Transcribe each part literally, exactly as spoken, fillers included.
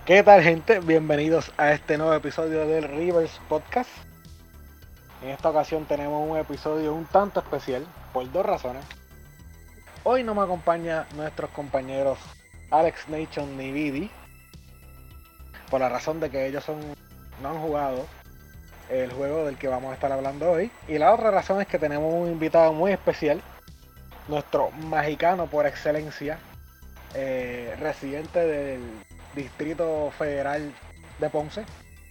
¿Qué tal, gente? Bienvenidos a este nuevo episodio del Rivers Podcast. En esta ocasión tenemos un episodio un tanto especial por dos razones. Hoy no me acompañan nuestros compañeros Alex Nation ni Vidi, por la razón de que ellos son, no han jugado el juego del que vamos a estar hablando hoy. Y la otra razón es que tenemos un invitado muy especial, nuestro mexicano por excelencia, eh, residente del Distrito Federal de Ponce.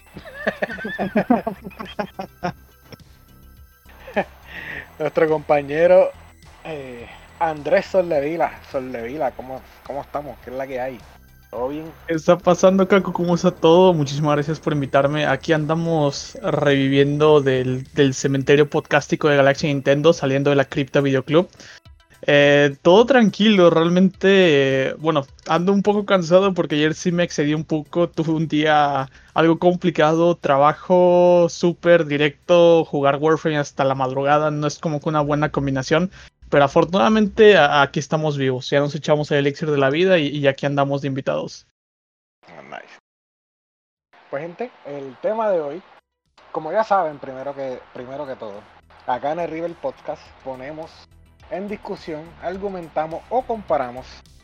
Nuestro compañero eh, Andrés Soldevila. Soldevila, ¿cómo, ¿cómo estamos? ¿Qué es la que hay? ¿Todo bien? ¿Qué está pasando, Caco? ¿Cómo está todo? Muchísimas gracias por invitarme. Aquí andamos reviviendo del, del cementerio podcástico de Galaxy Nintendo, saliendo de la cripta Videoclub. Eh, todo tranquilo, realmente, eh, bueno, ando un poco cansado porque ayer sí me excedí un poco, tuve un día algo complicado, trabajo súper directo, jugar Warframe hasta la madrugada, no es como que una buena combinación, pero afortunadamente a- aquí estamos vivos, ya nos echamos el elixir de la vida y, y aquí andamos de invitados. Oh, nice. Pues, gente, el tema de hoy, como ya saben, primero que, primero que todo, acá en el River Podcast ponemos en discusión, argumentamos o comparamos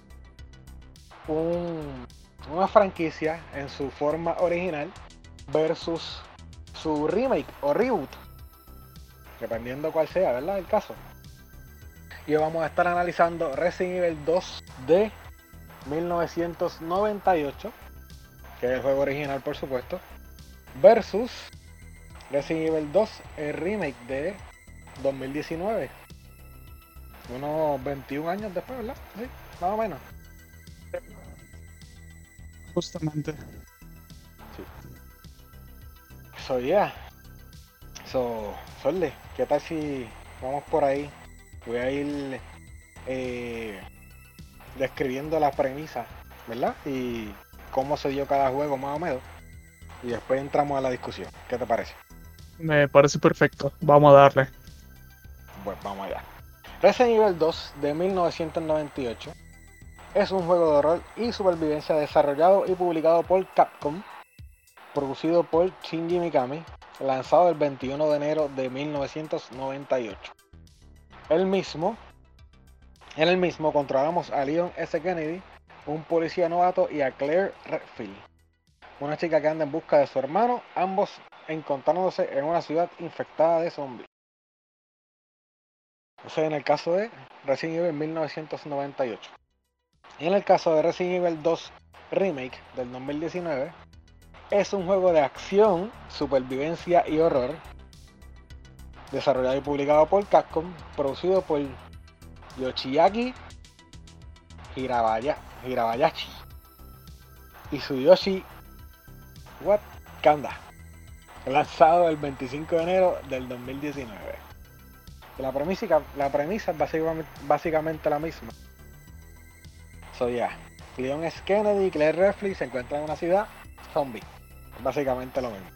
un, una franquicia en su forma original versus su remake o reboot, dependiendo cuál sea, ¿verdad? El caso. Y hoy vamos a estar analizando Resident Evil dos de mil novecientos noventa y ocho, que es el juego original, por supuesto, versus Resident Evil dos, el remake de dos mil diecinueve. Unos veintiún años después, ¿verdad? Sí, más o menos. Justamente. Sí. So, yeah. So, Sorle, ¿qué tal si vamos por ahí? Voy a ir eh, describiendo la premisa, ¿verdad? Y cómo se dio cada juego, más o menos. Y después entramos a la discusión. ¿Qué te parece? Me parece perfecto, vamos a darle. Pues vamos allá. Resident Evil dos de mil novecientos noventa y ocho es un juego de horror y supervivencia desarrollado y publicado por Capcom, producido por Shinji Mikami, lanzado el veintiuno de enero de mil novecientos noventa y ocho. El mismo, en el mismo controlamos a Leon S. Kennedy, un policía novato, y a Claire Redfield, una chica que anda en busca de su hermano, ambos encontrándose en una ciudad infectada de zombies. Eso es en el caso de Resident Evil mil novecientos noventa y ocho. Y en el caso de Resident Evil dos Remake del dos mil diecinueve, es un juego de acción, supervivencia y horror, desarrollado y publicado por Capcom, producido por Yoshiaki Hirabaya, Hirabayashi y Tsuyoshi What Kanda, lanzado el veinticinco de enero del dos mil diecinueve. La premisa, la premisa es básicamente, básicamente la misma. So, ya, yeah. Leon S. Kennedy y Claire Redfield se encuentran en una ciudad zombie. Básicamente lo mismo.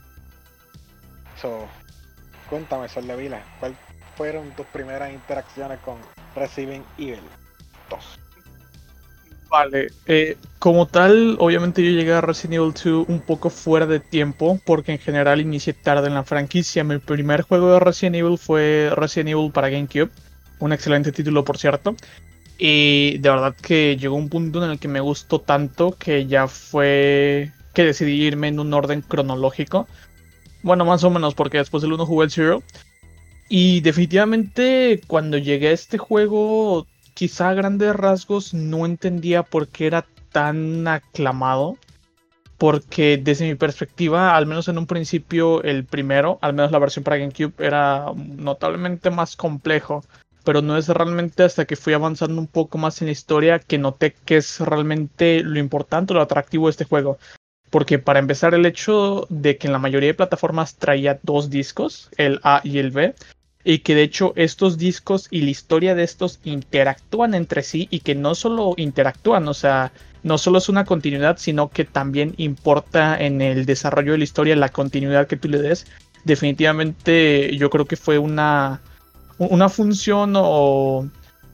So, cuéntame, Soldevila, ¿cuáles fueron tus primeras interacciones con Resident Evil dos? Vale, eh, como tal, obviamente yo llegué a Resident Evil dos un poco fuera de tiempo, porque en general inicié tarde en la franquicia. Mi primer juego de Resident Evil fue Resident Evil para GameCube, un excelente título por cierto, y de verdad que llegó un punto en el que me gustó tanto que ya fue que decidí irme en un orden cronológico. Bueno, más o menos, porque después del uno jugué el Zero. Y definitivamente cuando llegué a este juego, quizá a grandes rasgos no entendía por qué era tan aclamado. Porque desde mi perspectiva, al menos en un principio, el primero, al menos la versión para GameCube, era notablemente más complejo. Pero no es realmente hasta que fui avanzando un poco más en la historia que noté que es realmente lo importante, lo atractivo de este juego. Porque para empezar, el hecho de que en la mayoría de plataformas traía dos discos, el A y el B, y que de hecho estos discos y la historia de estos interactúan entre sí, y que no solo interactúan, o sea, no solo es una continuidad, sino que también importa en el desarrollo de la historia la continuidad que tú le des. Definitivamente yo creo que fue una, una función o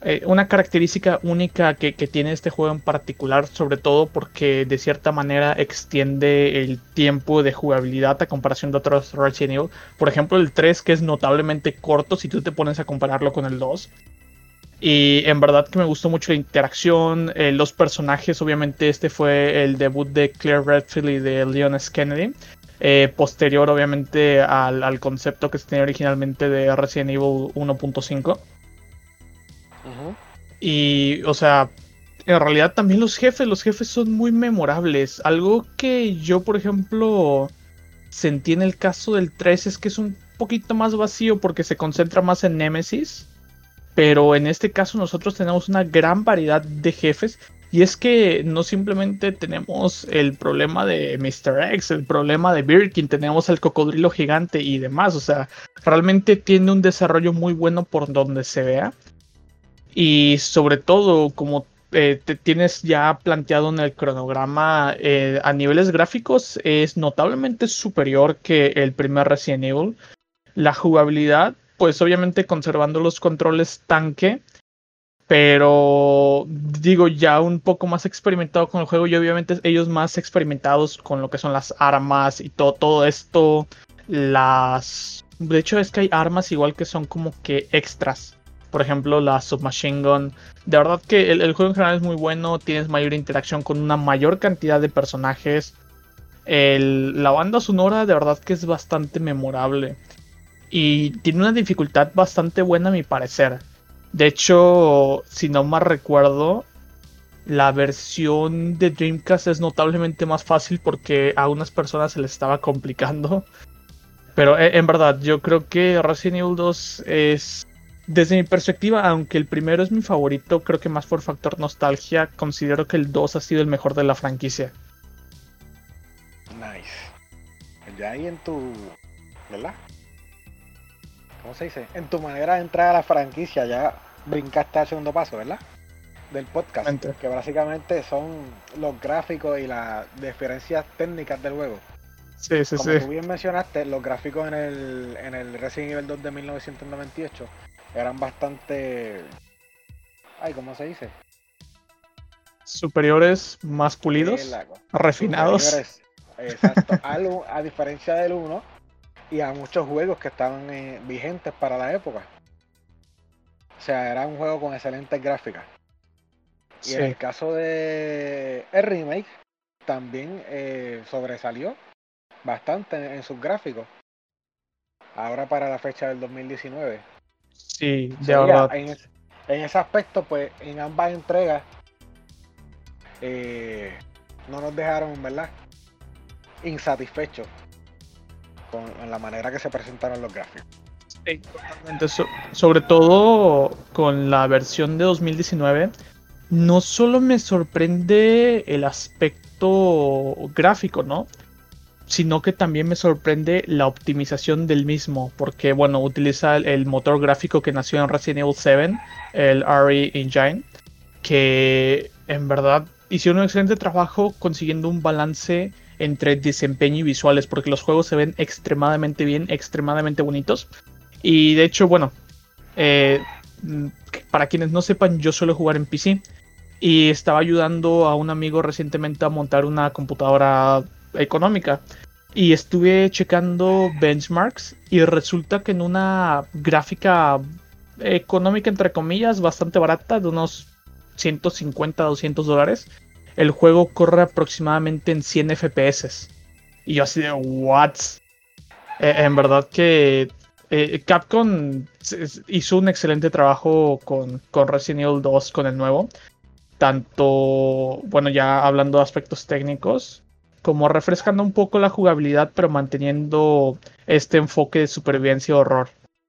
eh, una característica única que, que tiene este juego en particular, sobre todo porque de cierta manera extiende el tiempo de jugabilidad a comparación de otros Resident Evil. Por ejemplo, el tres, que es notablemente corto si tú te pones a compararlo con el dos. Y en verdad que me gustó mucho la interacción, eh, los personajes. Obviamente este fue el debut de Claire Redfield y de Leon S. Kennedy. Eh, posterior obviamente al, al concepto que se tenía originalmente de Resident Evil uno punto cinco. Uh-huh. Y, o sea, en realidad también los jefes, los jefes son muy memorables. Algo que yo, por ejemplo, sentí en el caso del tres es que es un poquito más vacío porque se concentra más en Nemesis. Pero en este caso nosotros tenemos una gran variedad de jefes. Y es que no simplemente tenemos el problema de mister X, el problema de Birkin, tenemos el cocodrilo gigante y demás. O sea, realmente tiene un desarrollo muy bueno por donde se vea. Y sobre todo, como eh, te tienes ya planteado en el cronograma, eh, a niveles gráficos es notablemente superior que el primer Resident Evil. La jugabilidad, pues obviamente conservando los controles tanque, pero digo ya un poco más experimentado con el juego y obviamente ellos más experimentados con lo que son las armas y todo, todo esto. Las... De hecho es que hay armas igual que son como que extras. Por ejemplo, la Submachine Gun. De verdad que el, el juego en general es muy bueno. Tienes mayor interacción con una mayor cantidad de personajes. El, la banda sonora de verdad que es bastante memorable. Y tiene una dificultad bastante buena a mi parecer. De hecho, si no mal recuerdo, la versión de Dreamcast es notablemente más fácil porque a unas personas se les estaba complicando. Pero en verdad, yo creo que Resident Evil dos es, desde mi perspectiva, aunque el primero es mi favorito, creo que más por factor nostalgia, considero que el dos ha sido el mejor de la franquicia. Nice. Ya ahí en tu... ¿verdad? ¿Cómo se dice? En tu manera de entrar a la franquicia ya brincaste al segundo paso, ¿verdad? Del podcast, Mente. que básicamente son los gráficos y las diferencias técnicas del juego. Sí, sí, Como sí. tú bien mencionaste, los gráficos en el, en el Resident Evil dos de mil novecientos noventa y ocho eran bastante... Ay, ¿cómo se dice? Superiores, más pulidos, Eh, la- refinados. superiores. Exacto. Al- a diferencia del uno y a muchos juegos que estaban eh, vigentes para la época. O sea, era un juego con excelentes gráficas. Y Sí. en el caso de el remake, también eh, sobresalió bastante en, en sus gráficos. Ahora para la fecha del dos mil diecinueve. Sí, de Sería, verdad. en, es- en ese aspecto, pues en ambas entregas eh, no nos dejaron, ¿verdad? Insatisfechos con, con la manera que se presentaron los gráficos. Sí, totalmente. So- sobre todo con la versión de dos mil diecinueve, no solo me sorprende el aspecto gráfico, ¿no? Sino que también me sorprende la optimización del mismo, porque bueno, utiliza el, el motor gráfico que nació en Resident Evil siete, el R E Engine, que en verdad hicieron un excelente trabajo consiguiendo un balance entre desempeño y visuales, porque los juegos se ven extremadamente bien, extremadamente bonitos. Y de hecho, bueno, eh, para quienes no sepan, yo suelo jugar en P C y estaba ayudando a un amigo recientemente a montar una computadora económica. Y estuve checando benchmarks y resulta que en una gráfica económica, entre comillas, bastante barata, de unos ciento cincuenta a doscientos dólares, el juego corre aproximadamente en cien F P S. Y yo así de, ¿what? Eh, en verdad que eh, Capcom hizo un excelente trabajo con, con Resident Evil dos, con el nuevo. Tanto, bueno, ya hablando de aspectos técnicos, como refrescando un poco la jugabilidad, pero manteniendo este enfoque de supervivencia y horror.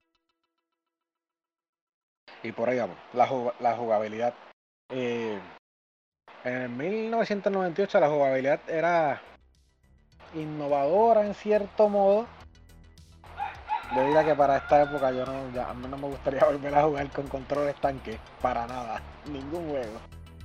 Y por ahí vamos, la, jug- la jugabilidad. Eh, en el mil novecientos noventa y ocho la jugabilidad era innovadora en cierto modo. Yo diría que para esta época yo no, ya, a mí no me gustaría volver a jugar con controles tanques, para nada, ningún juego.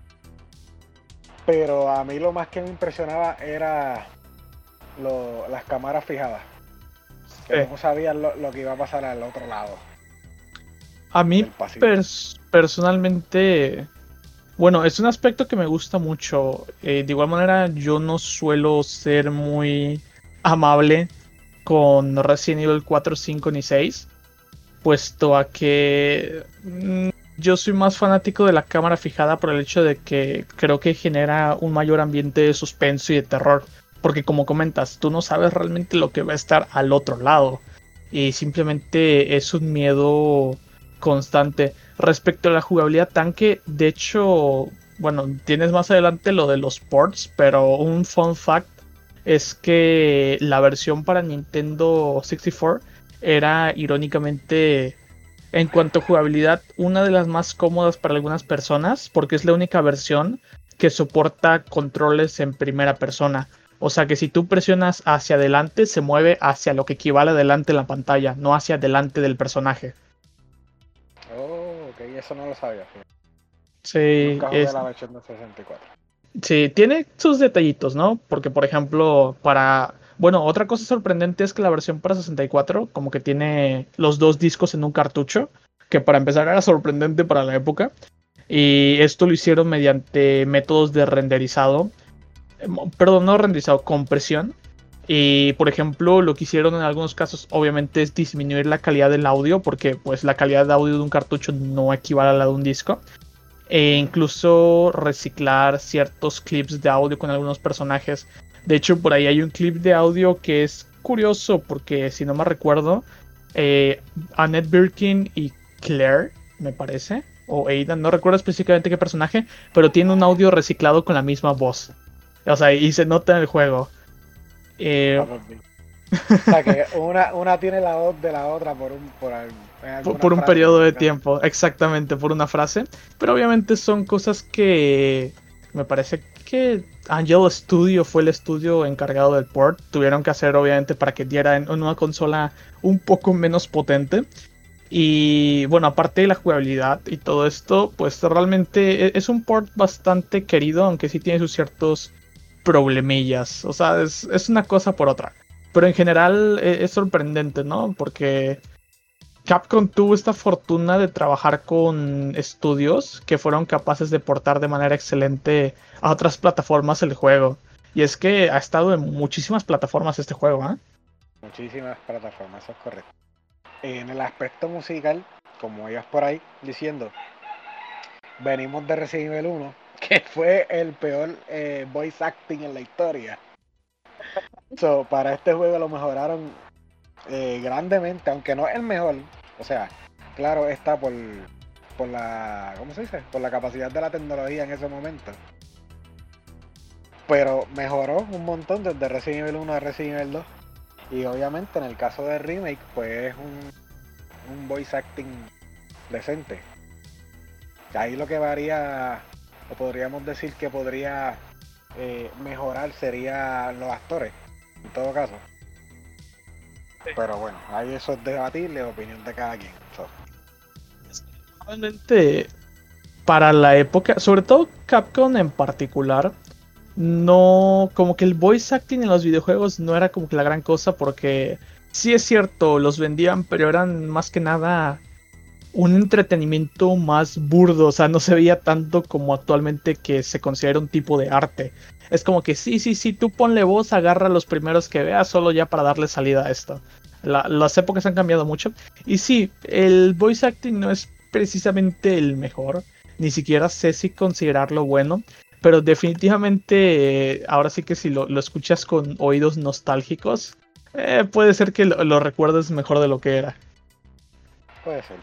Pero a mí lo más que me impresionaba era lo- las cámaras fijadas, que Eh, no sabían lo, lo que iba a pasar al otro lado. A mí pers- personalmente, bueno, es un aspecto que me gusta mucho. Eh, de igual manera, yo no suelo ser muy amable con Resident Evil cuatro, cinco ni seis, puesto a que mm, yo soy más fanático de la cámara fijada por el hecho de que creo que genera un mayor ambiente de suspenso y de terror. Porque como comentas, tú no sabes realmente lo que va a estar al otro lado. Y simplemente es un miedo constante. Respecto a la jugabilidad tanque, de hecho, bueno, tienes más adelante lo de los ports, pero un fun fact es que la versión para Nintendo sesenta y cuatro era irónicamente, en cuanto a jugabilidad, una de las más cómodas para algunas personas, porque es la única versión que soporta controles en primera persona. O sea que si tú presionas hacia adelante, se mueve hacia lo que equivale adelante en la pantalla, no hacia adelante del personaje. Oh, ok, eso no lo sabía. Sí. Sí, Nunca jugué es, la versión de sesenta y cuatro. sí, tiene sus detallitos, ¿no? Porque, por ejemplo, para... Bueno, otra cosa sorprendente es que la versión para sesenta y cuatro como que tiene los dos discos en un cartucho, que para empezar era sorprendente para la época. Y esto lo hicieron mediante métodos de renderizado. eh, Perdón, no renderizado, compresión. Y, por ejemplo, lo que hicieron en algunos casos, obviamente, es disminuir la calidad del audio, porque pues la calidad de audio de un cartucho no equivale a la de un disco, e incluso reciclar ciertos clips de audio con algunos personajes. De hecho, por ahí hay un clip de audio que es curioso porque, si no me recuerdo, eh, Annette Birkin y Claire, me parece, o Aidan, no recuerdo específicamente qué personaje, pero tiene un audio reciclado con la misma voz. O sea, y se nota en el juego. Eh, O sea que una, una tiene la voz de la otra por un por, al- en alguna por un frase. periodo de Básicamente. tiempo, exactamente, por una frase. Pero obviamente son cosas que me parece que Angel Studio fue el estudio encargado del port. Tuvieron que hacer obviamente para que diera en una consola un poco menos potente. Y bueno, aparte de la jugabilidad y todo esto, pues realmente e- es un port bastante querido, aunque sí tiene sus ciertos problemillas. O sea, es, es una cosa por otra. Pero en general e- es sorprendente, ¿no? Porque Capcom tuvo esta fortuna de trabajar con estudios que fueron capaces de portar de manera excelente a otras plataformas el juego. Y es que ha estado en muchísimas plataformas este juego, ¿eh? Muchísimas plataformas, eso es correcto. En el aspecto musical, como ibas por ahí diciendo, venimos de Resident Evil uno, que fue el peor eh, voice acting en la historia. So, para este juego lo mejoraron eh, grandemente, aunque no es el mejor. O sea, claro está por, por la, ¿cómo se dice? Por la capacidad de la tecnología en ese momento. Pero mejoró un montón desde Resident Evil uno a Resident Evil dos. Y obviamente en el caso de remake, pues es un, un voice acting decente. Ahí lo que varía, o podríamos decir que podría eh, mejorar, sería los actores, en todo caso. Pero bueno, ahí eso es debatible, opinión de cada quien. So. Realmente, para la época, sobre todo Capcom en particular, no, como que el voice acting en los videojuegos no era como que la gran cosa, porque sí es cierto, los vendían, pero eran más que nada un entretenimiento más burdo, o sea, no se veía tanto como actualmente que se considera un tipo de arte. Es como que sí, sí, sí, tú ponle voz, agarra los primeros que veas solo ya para darle salida a esto. La- las épocas han cambiado mucho. Y sí, el voice acting no es precisamente el mejor, ni siquiera sé si considerarlo bueno, pero definitivamente eh, ahora sí que si lo, lo escuchas con oídos nostálgicos, eh, puede ser que lo, lo recuerdes mejor de lo que era. Puede ser.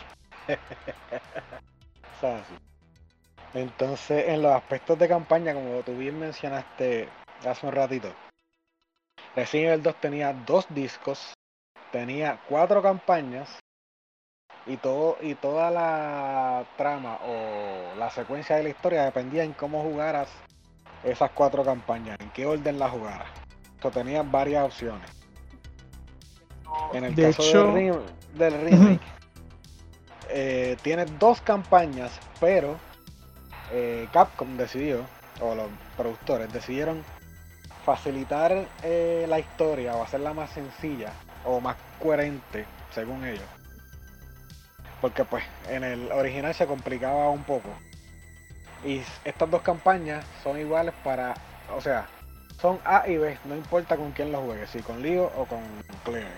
O sea, sí. Entonces, en los aspectos de campaña, como tú bien mencionaste hace un ratito, Resident Evil dos tenía dos discos, tenía cuatro campañas y todo y toda la trama o la secuencia de la historia dependía en cómo jugaras esas cuatro campañas, en qué orden las jugaras. So, tenías varias opciones. En el De caso del, hecho, re del remake, eh, tienes dos campañas, pero eh, Capcom decidió, o los productores decidieron facilitar eh, la historia o hacerla más sencilla o más coherente, según ellos. porque pues en el original se complicaba un poco. Y estas dos campañas son iguales para, o sea, son A y B, no importa con quién lo juegue, si con Leo o con Claire.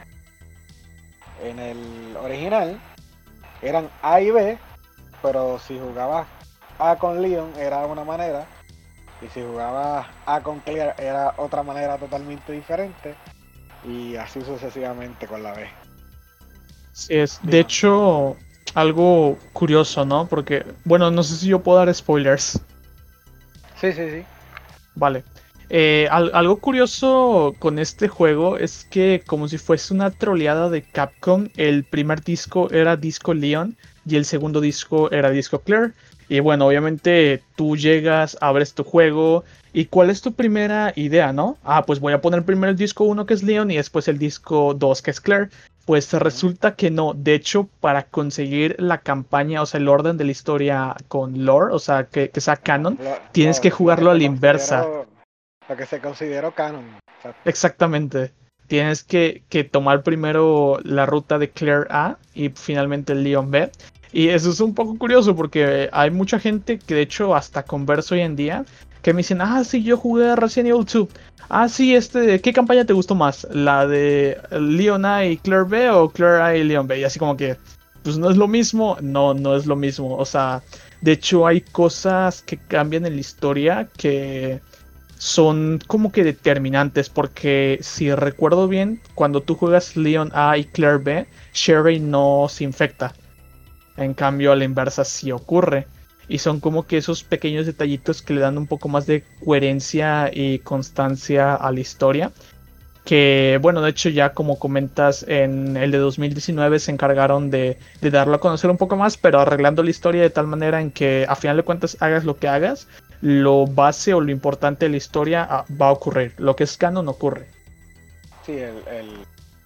En el original eran A y B, pero si jugabas A con Leon era de una manera, y si jugabas A con Claire era otra manera totalmente diferente, y así sucesivamente con la B. Sí es. De hecho, algo curioso, ¿no? Porque, bueno, no sé si yo puedo dar spoilers. Sí, sí, sí. Vale. Eh, al- algo curioso con este juego es que como si fuese una troleada de Capcom, el primer disco era Disco Leon y el segundo disco era Disco Claire. Y bueno, obviamente tú llegas, abres tu juego y ¿cuál es tu primera idea, no? Ah, pues voy a poner primero el disco uno que es Leon y después el disco dos que es Claire. Pues resulta que no. De hecho, para conseguir la campaña, o sea, el orden de la historia con lore, o sea, que, que sea canon, Lo, tienes que lo, lo que jugarlo a se la inversa. consideró, lo que se consideró canon. Exacto. Exactamente. Tienes que, que tomar primero la ruta de Claire A y finalmente el Leon B. Y eso es un poco curioso porque hay mucha gente que de hecho hasta converso hoy en día que me dicen, ah, sí, yo jugué a Resident Evil dos. Ah, sí, este, ¿qué campaña te gustó más? ¿La de Leon A y Claire B o Claire A y Leon B? Y así como que, pues no es lo mismo. No, no es lo mismo. O sea, de hecho hay cosas que cambian en la historia que son como que determinantes, porque si recuerdo bien, cuando tú juegas Leon A y Claire B, Sherry no se infecta. En cambio, a la inversa sí ocurre. Y son como que esos pequeños detallitos que le dan un poco más de coherencia y constancia a la historia. Que, bueno, de hecho ya como comentas, en el de dos mil diecinueve se encargaron de, de darlo a conocer un poco más, pero arreglando la historia de tal manera en que a final de cuentas hagas lo que hagas, lo base o lo importante de la historia ah, va a ocurrir. Lo que es canon ocurre. Sí, el, el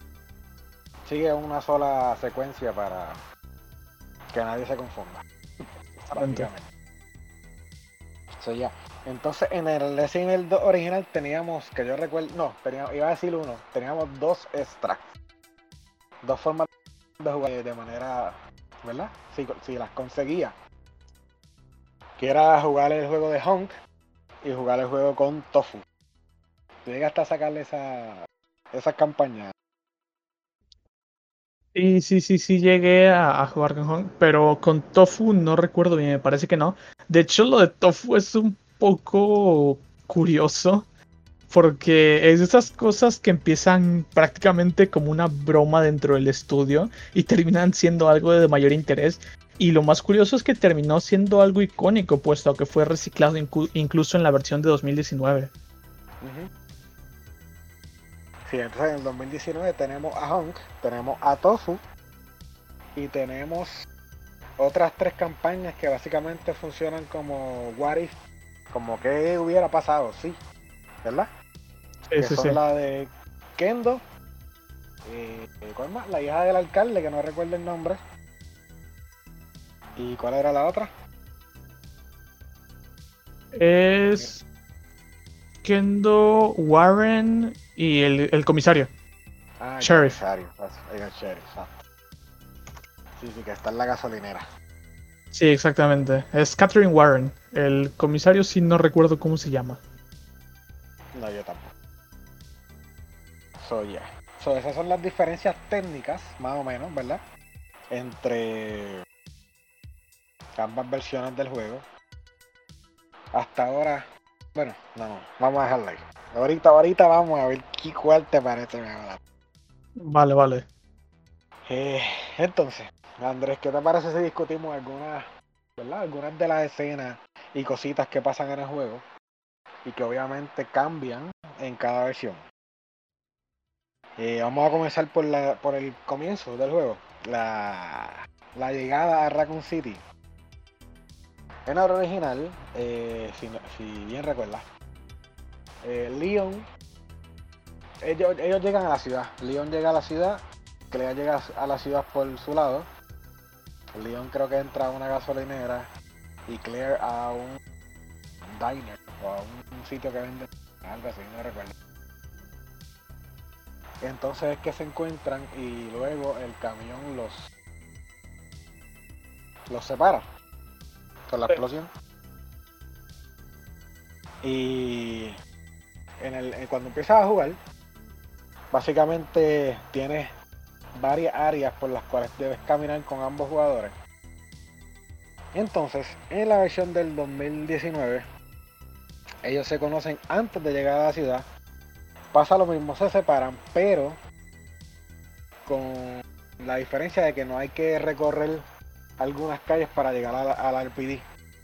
sigue una sola secuencia para que nadie se confunda, Exactamente. básicamente. So, ya. Entonces en el Resident Evil dos original teníamos, que yo recuerdo, no, teníamos, iba a decir uno, teníamos dos extracts, dos formas de jugar de manera, ¿verdad? Si, si las conseguía, que era jugar el juego de Honk y jugar el juego con Tofu. Tú llegaste a sacarle esa, esa campaña. Sí, sí, sí, sí llegué a, a jugar con Hong, pero con Tofu no recuerdo bien, me parece que no. De hecho, lo de Tofu es un poco curioso, porque es de esas cosas que empiezan prácticamente como una broma dentro del estudio y terminan siendo algo de mayor interés. Y lo más curioso es que terminó siendo algo icónico, puesto que fue reciclado incu- incluso en la versión de dos mil diecinueve. Uh-huh. Sí, entonces en el dos mil diecinueve tenemos a Honk, tenemos a Tofu y tenemos otras tres campañas que básicamente funcionan como what if, como que hubiera pasado, sí, ¿verdad? Sí, Que sí, sí. son la de Kendo, eh, ¿cuál más? La hija del alcalde, que no recuerdo el nombre. ¿Y cuál era la otra? Es Kendo, Warren y el, el comisario, Ah, el Sheriff. comisario, el sheriff, exacto. Sí, sí, que está en la gasolinera. Sí, exactamente. Es Catherine Warren. El comisario sí no recuerdo cómo se llama. No, yo tampoco. So, yeah. So, esas son las diferencias técnicas, más o menos, ¿verdad? Entre ambas versiones del juego. Hasta ahora, bueno, no, no, vamos a dejarla ahí. Ahorita, ahorita vamos a ver qué cuál te parece mejor. Vale, vale. Eh, entonces, Andrés, ¿qué te parece si discutimos algunas, ¿verdad? Algunas de las escenas y cositas que pasan en el juego y que obviamente cambian en cada versión? Eh, vamos a comenzar por la, por el comienzo del juego, la, la llegada a Raccoon City. En el original, eh, si, si bien recuerdas, eh, Leon, ellos, ellos llegan a la ciudad. Leon llega a la ciudad, Clea llega a la ciudad por su lado. Leon creo que entra a una gasolinera y Claire a un diner o a un sitio que vende algo así, no recuerdo. Entonces es que se encuentran y luego el camión los los separa con la Sí. explosión. Y en el, en- cuando empiezas a jugar, básicamente tienes varias áreas por las cuales debes caminar con ambos jugadores. Entonces, en la versión del dos mil diecinueve, ellos se conocen antes de llegar a la ciudad. Pasa lo mismo, se separan, pero con la diferencia de que no hay que recorrer algunas calles para llegar al, al R P D.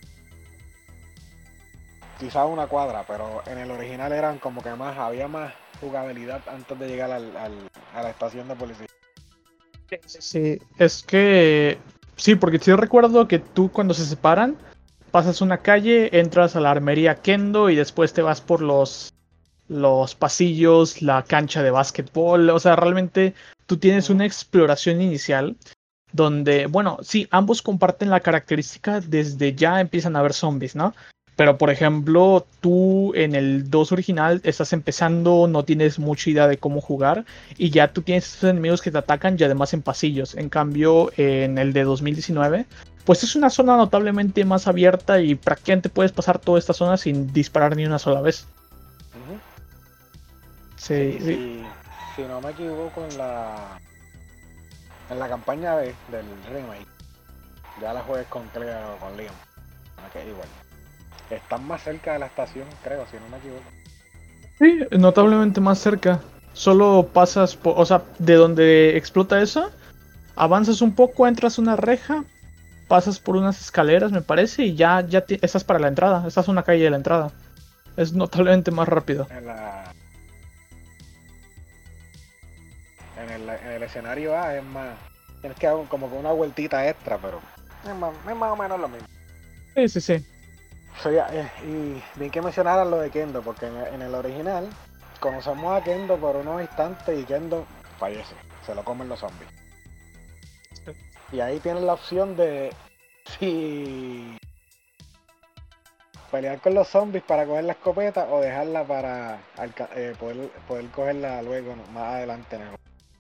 Quizás una cuadra, pero en el original eran como que más, había más jugabilidad antes de llegar al, al- a la estación de policía. Sí, es que sí, porque sí recuerdo que tú cuando se separan, pasas una calle, entras a la armería Kendo y después te vas por los, los pasillos, la cancha de básquetbol. O sea, realmente tú tienes Ujú. una exploración inicial donde, bueno, sí, ambos comparten la característica desde ya empiezan a haber zombies, ¿no? Pero, por ejemplo, tú en el dos original estás empezando, no tienes mucha idea de cómo jugar y ya tú tienes esos enemigos que te atacan y además en pasillos. En cambio, en el de dos mil diecinueve, pues es una zona notablemente más abierta y prácticamente puedes pasar toda esta zona sin disparar ni una sola vez. Ujú. Sí, Sí, sí. sí, si no me equivoco, en la en la campaña B del remake, ya la juegues con Claire o con Leon, no que igual. Están más cerca de la estación, creo, si no me equivoco. Sí, notablemente más cerca. Solo pasas por, o sea, de donde explota eso, avanzas un poco, entras una reja, pasas por unas escaleras, me parece, y ya, ya ti- estás para la entrada. Estás en una calle de la entrada. Es notablemente más rápido. En la en el, en el escenario A es más, tienes que dar como que una vueltita extra, pero es más, es más o menos lo mismo. Sí, sí, sí. So, ya, eh, y bien que mencionaran lo de Kendo, porque en, en el original conocemos a Kendo por unos instantes y Kendo fallece, se lo comen los zombies. Y ahí tienes la opción de si pelear con los zombies para coger la escopeta o dejarla para alca- eh, poder, poder cogerla luego, ¿no? Más adelante en el,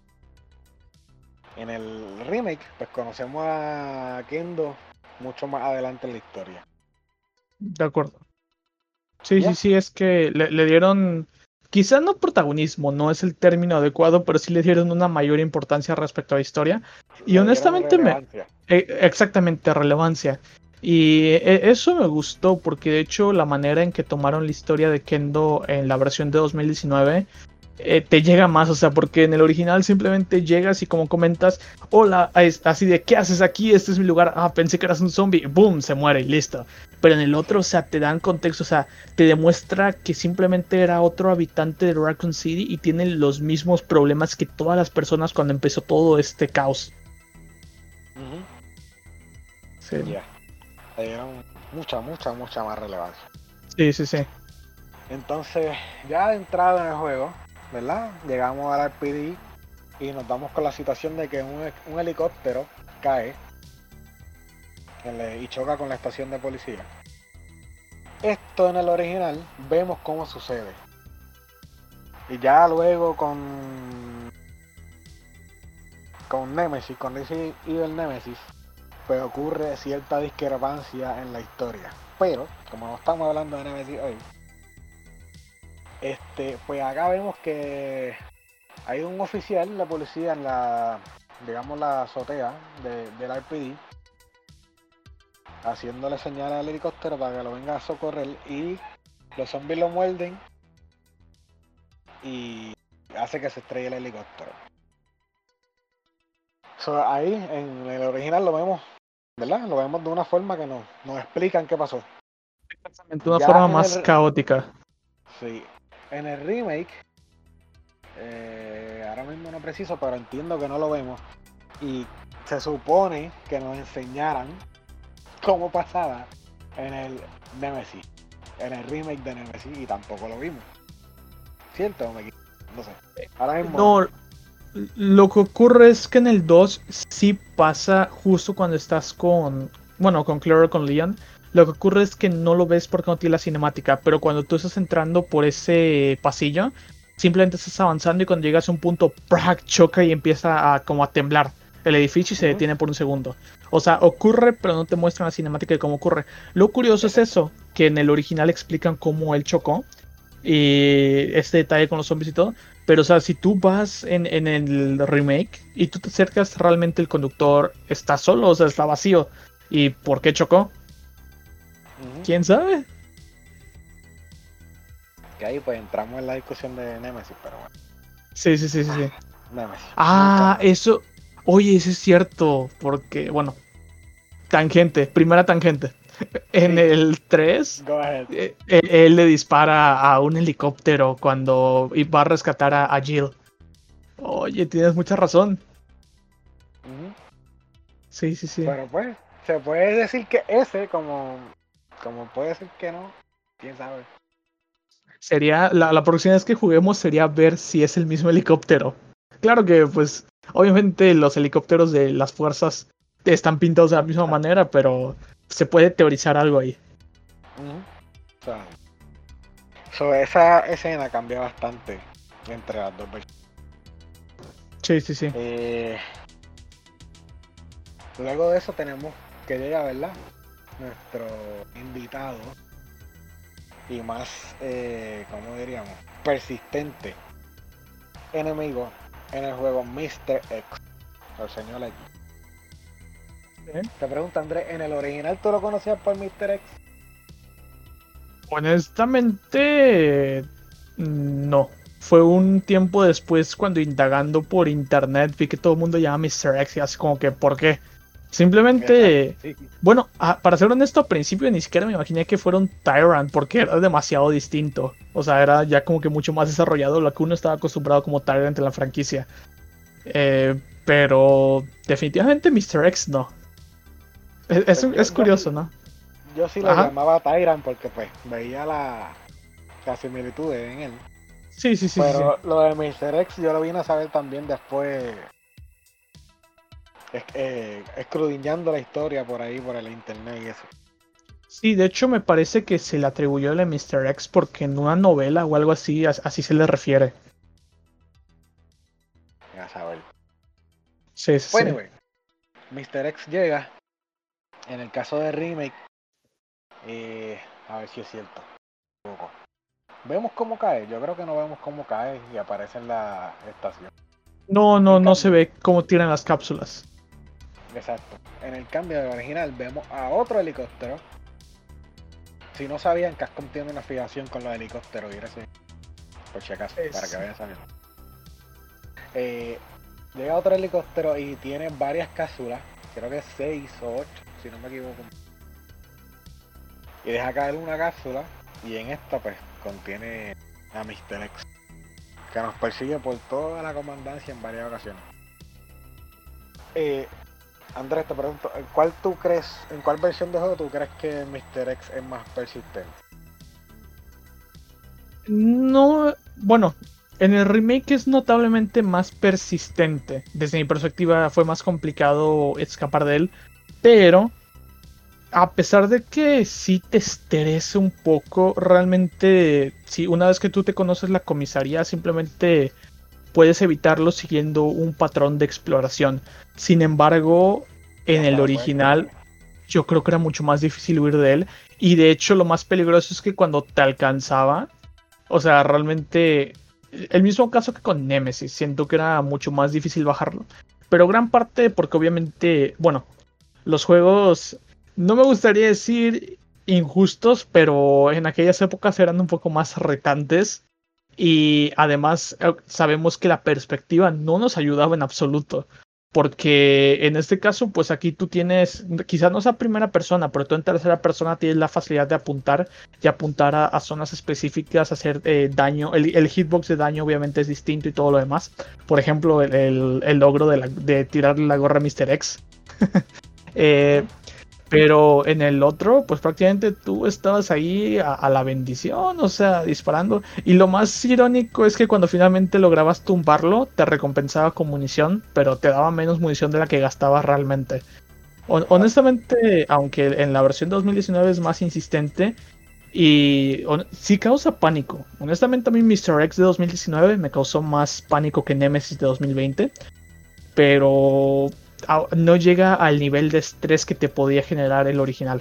en el remake, pues conocemos a Kendo mucho más adelante en la historia. De acuerdo. Sí, sí, Ya, sí, es que le, le dieron, quizás no protagonismo, no es el término adecuado, pero sí le dieron una mayor importancia respecto a la historia. Y le dieron honestamente me, relevancia. e- exactamente, relevancia. Y e- eso me gustó porque de hecho la manera en que tomaron la historia de Kendo en la versión de dos mil diecinueve eh, te llega más, o sea, porque en el original simplemente llegas y como comentas, hola, es así de, ¿qué haces aquí? Este es mi lugar, ah, pensé que eras un zombie, boom, se muere y listo. Pero en el otro, Sí. o sea, te dan contexto, o sea, te demuestra que simplemente era otro habitante de Raccoon City y tiene los mismos problemas que todas las personas cuando empezó todo este caos. Ujú. Sí, Ya, le dieron mucha, mucha, mucha más relevancia. sí, sí, sí. Entonces, ya entrado en el juego, ¿verdad? Llegamos al R P D y nos damos con la situación de que un, un helicóptero cae en la- y choca con la estación de policía. Esto en el original vemos cómo sucede. Y ya luego con con Nemesis, con Resident Evil Nemesis, pues ocurre cierta discrepancia en la historia. Pero, como no estamos hablando de Nemesis hoy, este, pues acá vemos que hay un oficial de policía en la, digamos, la azotea de, del R P D, haciéndole señal al helicóptero para que lo venga a socorrer y los zombies lo muerden y hace que se estrelle el helicóptero. So, ahí en el original lo vemos, ¿verdad? Lo vemos de una forma que nos, nos explican qué pasó. Exactamente, una Ya forma en más el, caótica. sí, en el remake, eh, ahora mismo no preciso, pero entiendo que no lo vemos. Y se supone que nos enseñaran cómo pasaba en el Nemesis, en el remake de Nemesis, y tampoco lo vimos. ¿Cierto o me equivoco? No sé. Ahora mismo no. No, lo que ocurre es que en el dos sí pasa justo cuando estás con, bueno, con Claire o con Leon. Lo que ocurre es que no lo ves porque no tiene la cinemática, pero cuando tú estás entrando por ese pasillo, simplemente estás avanzando y cuando llegas a un punto, ¡prac! Choca y empieza a como a temblar. el edificio y se Ujú. detiene por un segundo. O sea, ocurre, pero no te muestran la cinemática de cómo ocurre. Lo curioso es eso, que en el original explican cómo él chocó y este detalle con los zombies y todo. Pero, o sea, si tú vas en, en el remake y tú te acercas, realmente el conductor está solo, o sea, está vacío. ¿Y por qué chocó? Ujú. ¿Quién sabe? Que ahí pues entramos en la discusión de Nemesis, pero bueno. Sí, sí, sí, sí, sí. Nemesis. Ah, Nunca. eso. Oye, eso es cierto. Porque, bueno, tangente, primera tangente. En Sí, el tres, go ahead. eh, él, él le dispara a un helicóptero cuando va a rescatar a, a Jill. Oye, tienes mucha razón. Ujú. Sí, sí, sí. Pero pues, se puede decir que ese, como, como puede ser que no, quién sabe. Sería, la, la próxima vez que juguemos sería ver si es el mismo helicóptero. Claro que, pues, obviamente los helicópteros de las fuerzas están pintados de la misma manera, pero se puede teorizar algo ahí. Ujú. O sea, so, esa escena cambia bastante entre las dos versiones. Sí, sí, sí. Eh, luego de eso tenemos que llega, ¿verdad? Nuestro invitado y más, eh, ¿cómo diríamos? Persistente enemigo en el juego míster X, el señor X. ¿Eh? Te pregunto, Andrés, ¿en el original tú lo conocías por míster X? Honestamente, no. Fue un tiempo después cuando indagando por internet vi que todo el mundo llama míster X y así como que, ¿por qué? Exacto, Simplemente, sí. bueno, a- para ser honesto, al principio ni siquiera me imaginé que fuera un Tyrant porque era demasiado distinto. O sea, era ya como que mucho más desarrollado lo que uno estaba acostumbrado como Tyrant en la franquicia. Eh, pero definitivamente míster X no. Es, es, Pues yo, es yo curioso, sí, ¿no? yo sí lo Ajá. llamaba Tyrant porque pues veía la, la similitud en él. Sí, sí, sí, sí, sí. Pero lo de míster X yo lo vine a saber también después, es- eh, escudriñando la historia por ahí, por el internet y eso. Sí, de hecho me parece que se le atribuyó el míster X porque en una novela o algo así, as- así se le refiere. A saber. Sí, sí, Pues sí. anyway, míster X llega, en el caso de remake, eh, a ver si es cierto. Poco. Vemos cómo cae, yo creo que no vemos cómo cae y aparece en la estación. No, no, En no se cambio, ve cómo tiran las cápsulas. exacto, en el cambio del original vemos a otro helicóptero. Si no sabían, Capcom tiene una fijación con los helicópteros, y así, por si acaso, para que Es... vayan sabiendo. Eh, llega otro helicóptero y tiene varias cápsulas, creo que seis o ocho, si no me equivoco. Y deja caer una cápsula y en esta pues contiene a míster X, que nos persigue por toda la comandancia en varias ocasiones. Eh, Andrés, te pregunto, ¿en cuál tú crees, en cuál versión de juego tú crees que míster X es más persistente? No, bueno, en el remake es notablemente más persistente. Desde mi perspectiva fue más complicado escapar de él, pero a pesar de que sí te estrese un poco, realmente, si una vez que tú te conoces la comisaría, simplemente puedes evitarlo siguiendo un patrón de exploración. Sin embargo, en Hasta el lo puedes original cruzar. yo creo que era mucho más difícil huir de él. Y de hecho lo más peligroso es que cuando te alcanzaba, o sea, realmente el mismo caso que con Nemesis, siento que era mucho más difícil bajarlo. Pero gran parte porque obviamente, bueno, los juegos, no me gustaría decir injustos, pero en aquellas épocas eran un poco más retantes. Y además eh, sabemos que la perspectiva no nos ayudaba en absoluto. Porque en este caso, pues aquí tú tienes, quizás no sea primera persona, pero tú en tercera persona tienes la facilidad de apuntar y apuntar a, a zonas específicas, hacer eh, daño. El, el hitbox de daño obviamente es distinto y todo lo demás. Por ejemplo, el, el, el logro de, la, de tirarle la gorra a míster X. eh, Ujú. pero en el otro, pues prácticamente tú estabas ahí a, a la bendición, o sea, disparando. Y lo más irónico es que cuando finalmente lograbas tumbarlo, te recompensaba con munición, pero te daba menos munición de la que gastabas realmente. Hon- Exacto. honestamente, aunque en la versión dos mil diecinueve es más insistente y hon- sí causa pánico. Honestamente, a mí míster X de dos mil diecinueve me causó más pánico que Nemesis de dos mil veinte. Pero no llega al nivel de estrés que te podía generar el original.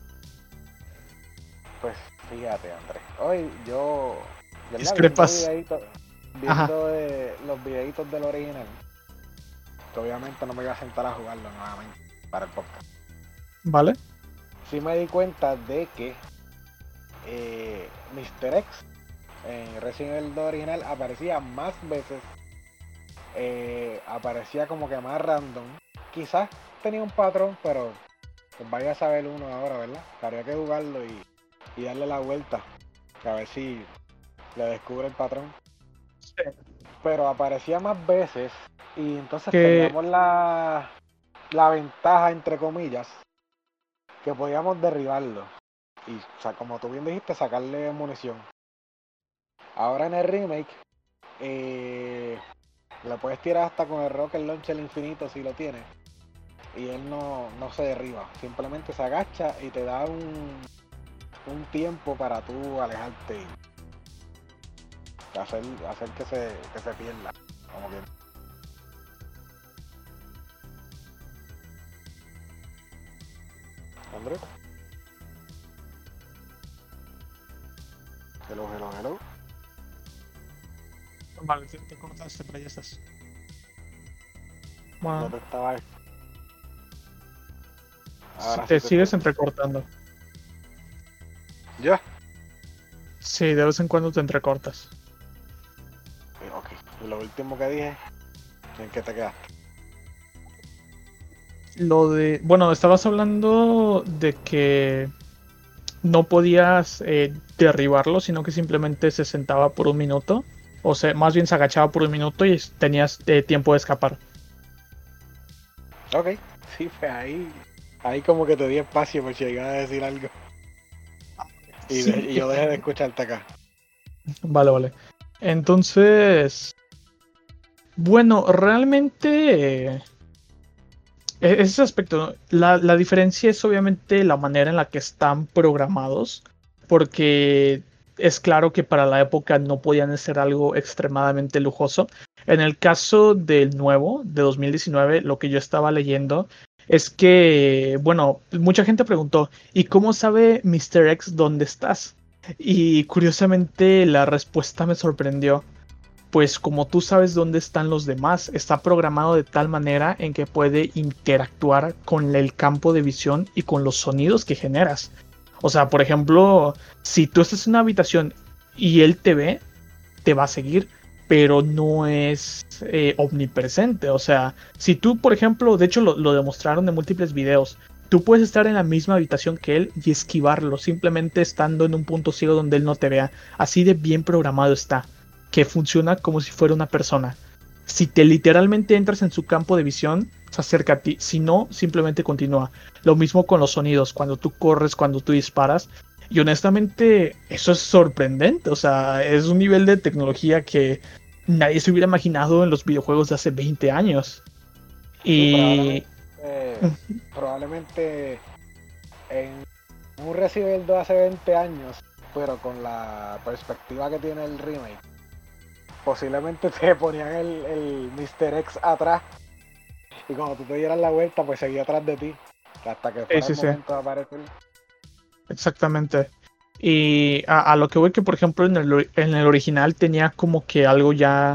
Pues fíjate, Andrés. Hoy yo, ¿verdad? Discrepas. Viendo, videitos, viendo de, los videitos del original, que obviamente no me iba a sentar a jugarlo nuevamente para el podcast. ¿Vale? Sí me di cuenta de que eh, mister X en Resident Evil dos original aparecía más veces, eh, aparecía como que más random. Quizás tenía un patrón, pero pues vaya a saber uno ahora, ¿verdad? Habría que jugarlo y, y darle la vuelta, a ver si le descubre el patrón. Sí. Pero aparecía más veces y entonces que... teníamos la, la ventaja, entre comillas, que podíamos derribarlo. Y, o sea, como tú bien dijiste, sacarle munición. Ahora en el remake, eh, le puedes tirar hasta con el rocket launcher infinito si lo tienes. Y él no, no se derriba. Simplemente se agacha y te da un, un tiempo para tú alejarte y hacer, hacer que, se, que se pierda. Como bien. Andrés. Hello, hello, hello. Vale, te, te cortaste, pero ya estás. Bueno. ¿Dónde estaba? Ahora te sí sigues te... entrecortando. ¿Ya? Sí, de vez en cuando te entrecortas. Ok, y lo último que dije, ¿en qué te quedaste? Lo de... Bueno, estabas hablando de que no podías eh, derribarlo, sino que simplemente se sentaba por un minuto. O sea, más bien se agachaba por un minuto y tenías eh, tiempo de escapar. Ok, sí, fue ahí. Ahí como que te di espacio por si llegar a decir algo. Y, sí. de, y yo dejé de escucharte acá. Vale, vale. Entonces... Bueno, realmente... Eh, ese aspecto, la, la diferencia es obviamente la manera en la que están programados. Porque es claro que para la época no podían ser algo extremadamente lujoso. En el caso del nuevo, de dos mil diecinueve, lo que yo estaba leyendo es que, bueno, mucha gente preguntó, ¿y cómo sabe mister X dónde estás? Y curiosamente la respuesta me sorprendió. Pues como tú sabes dónde están los demás, está programado de tal manera en que puede interactuar con el campo de visión y con los sonidos que generas. O sea, por ejemplo, si tú estás en una habitación y él te ve, te va a seguir, pero no es eh, omnipresente. O sea, si tú, por ejemplo, de hecho lo, lo demostraron en múltiples videos, tú puedes estar en la misma habitación que él y esquivarlo, simplemente estando en un punto ciego donde él no te vea. Así de bien programado está, que funciona como si fuera una persona. Si te literalmente entras en su campo de visión, se acerca a ti. Si no, simplemente continúa. Lo mismo con los sonidos, cuando tú corres, cuando tú disparas. Y honestamente, eso es sorprendente. O sea, es un nivel de tecnología que nadie se hubiera imaginado en los videojuegos de hace veinte años. Y... Sí, probablemente, probablemente en un Resident Evil dos hace veinte años, pero con la perspectiva que tiene el remake, posiblemente te ponían el, el mister X atrás y cuando tú te dieras la vuelta pues seguía atrás de ti hasta que fuera sí, el sí, momento sí. de aparecer. Exactamente. Y a, a lo que voy, que por ejemplo en el, en el original tenía como que algo ya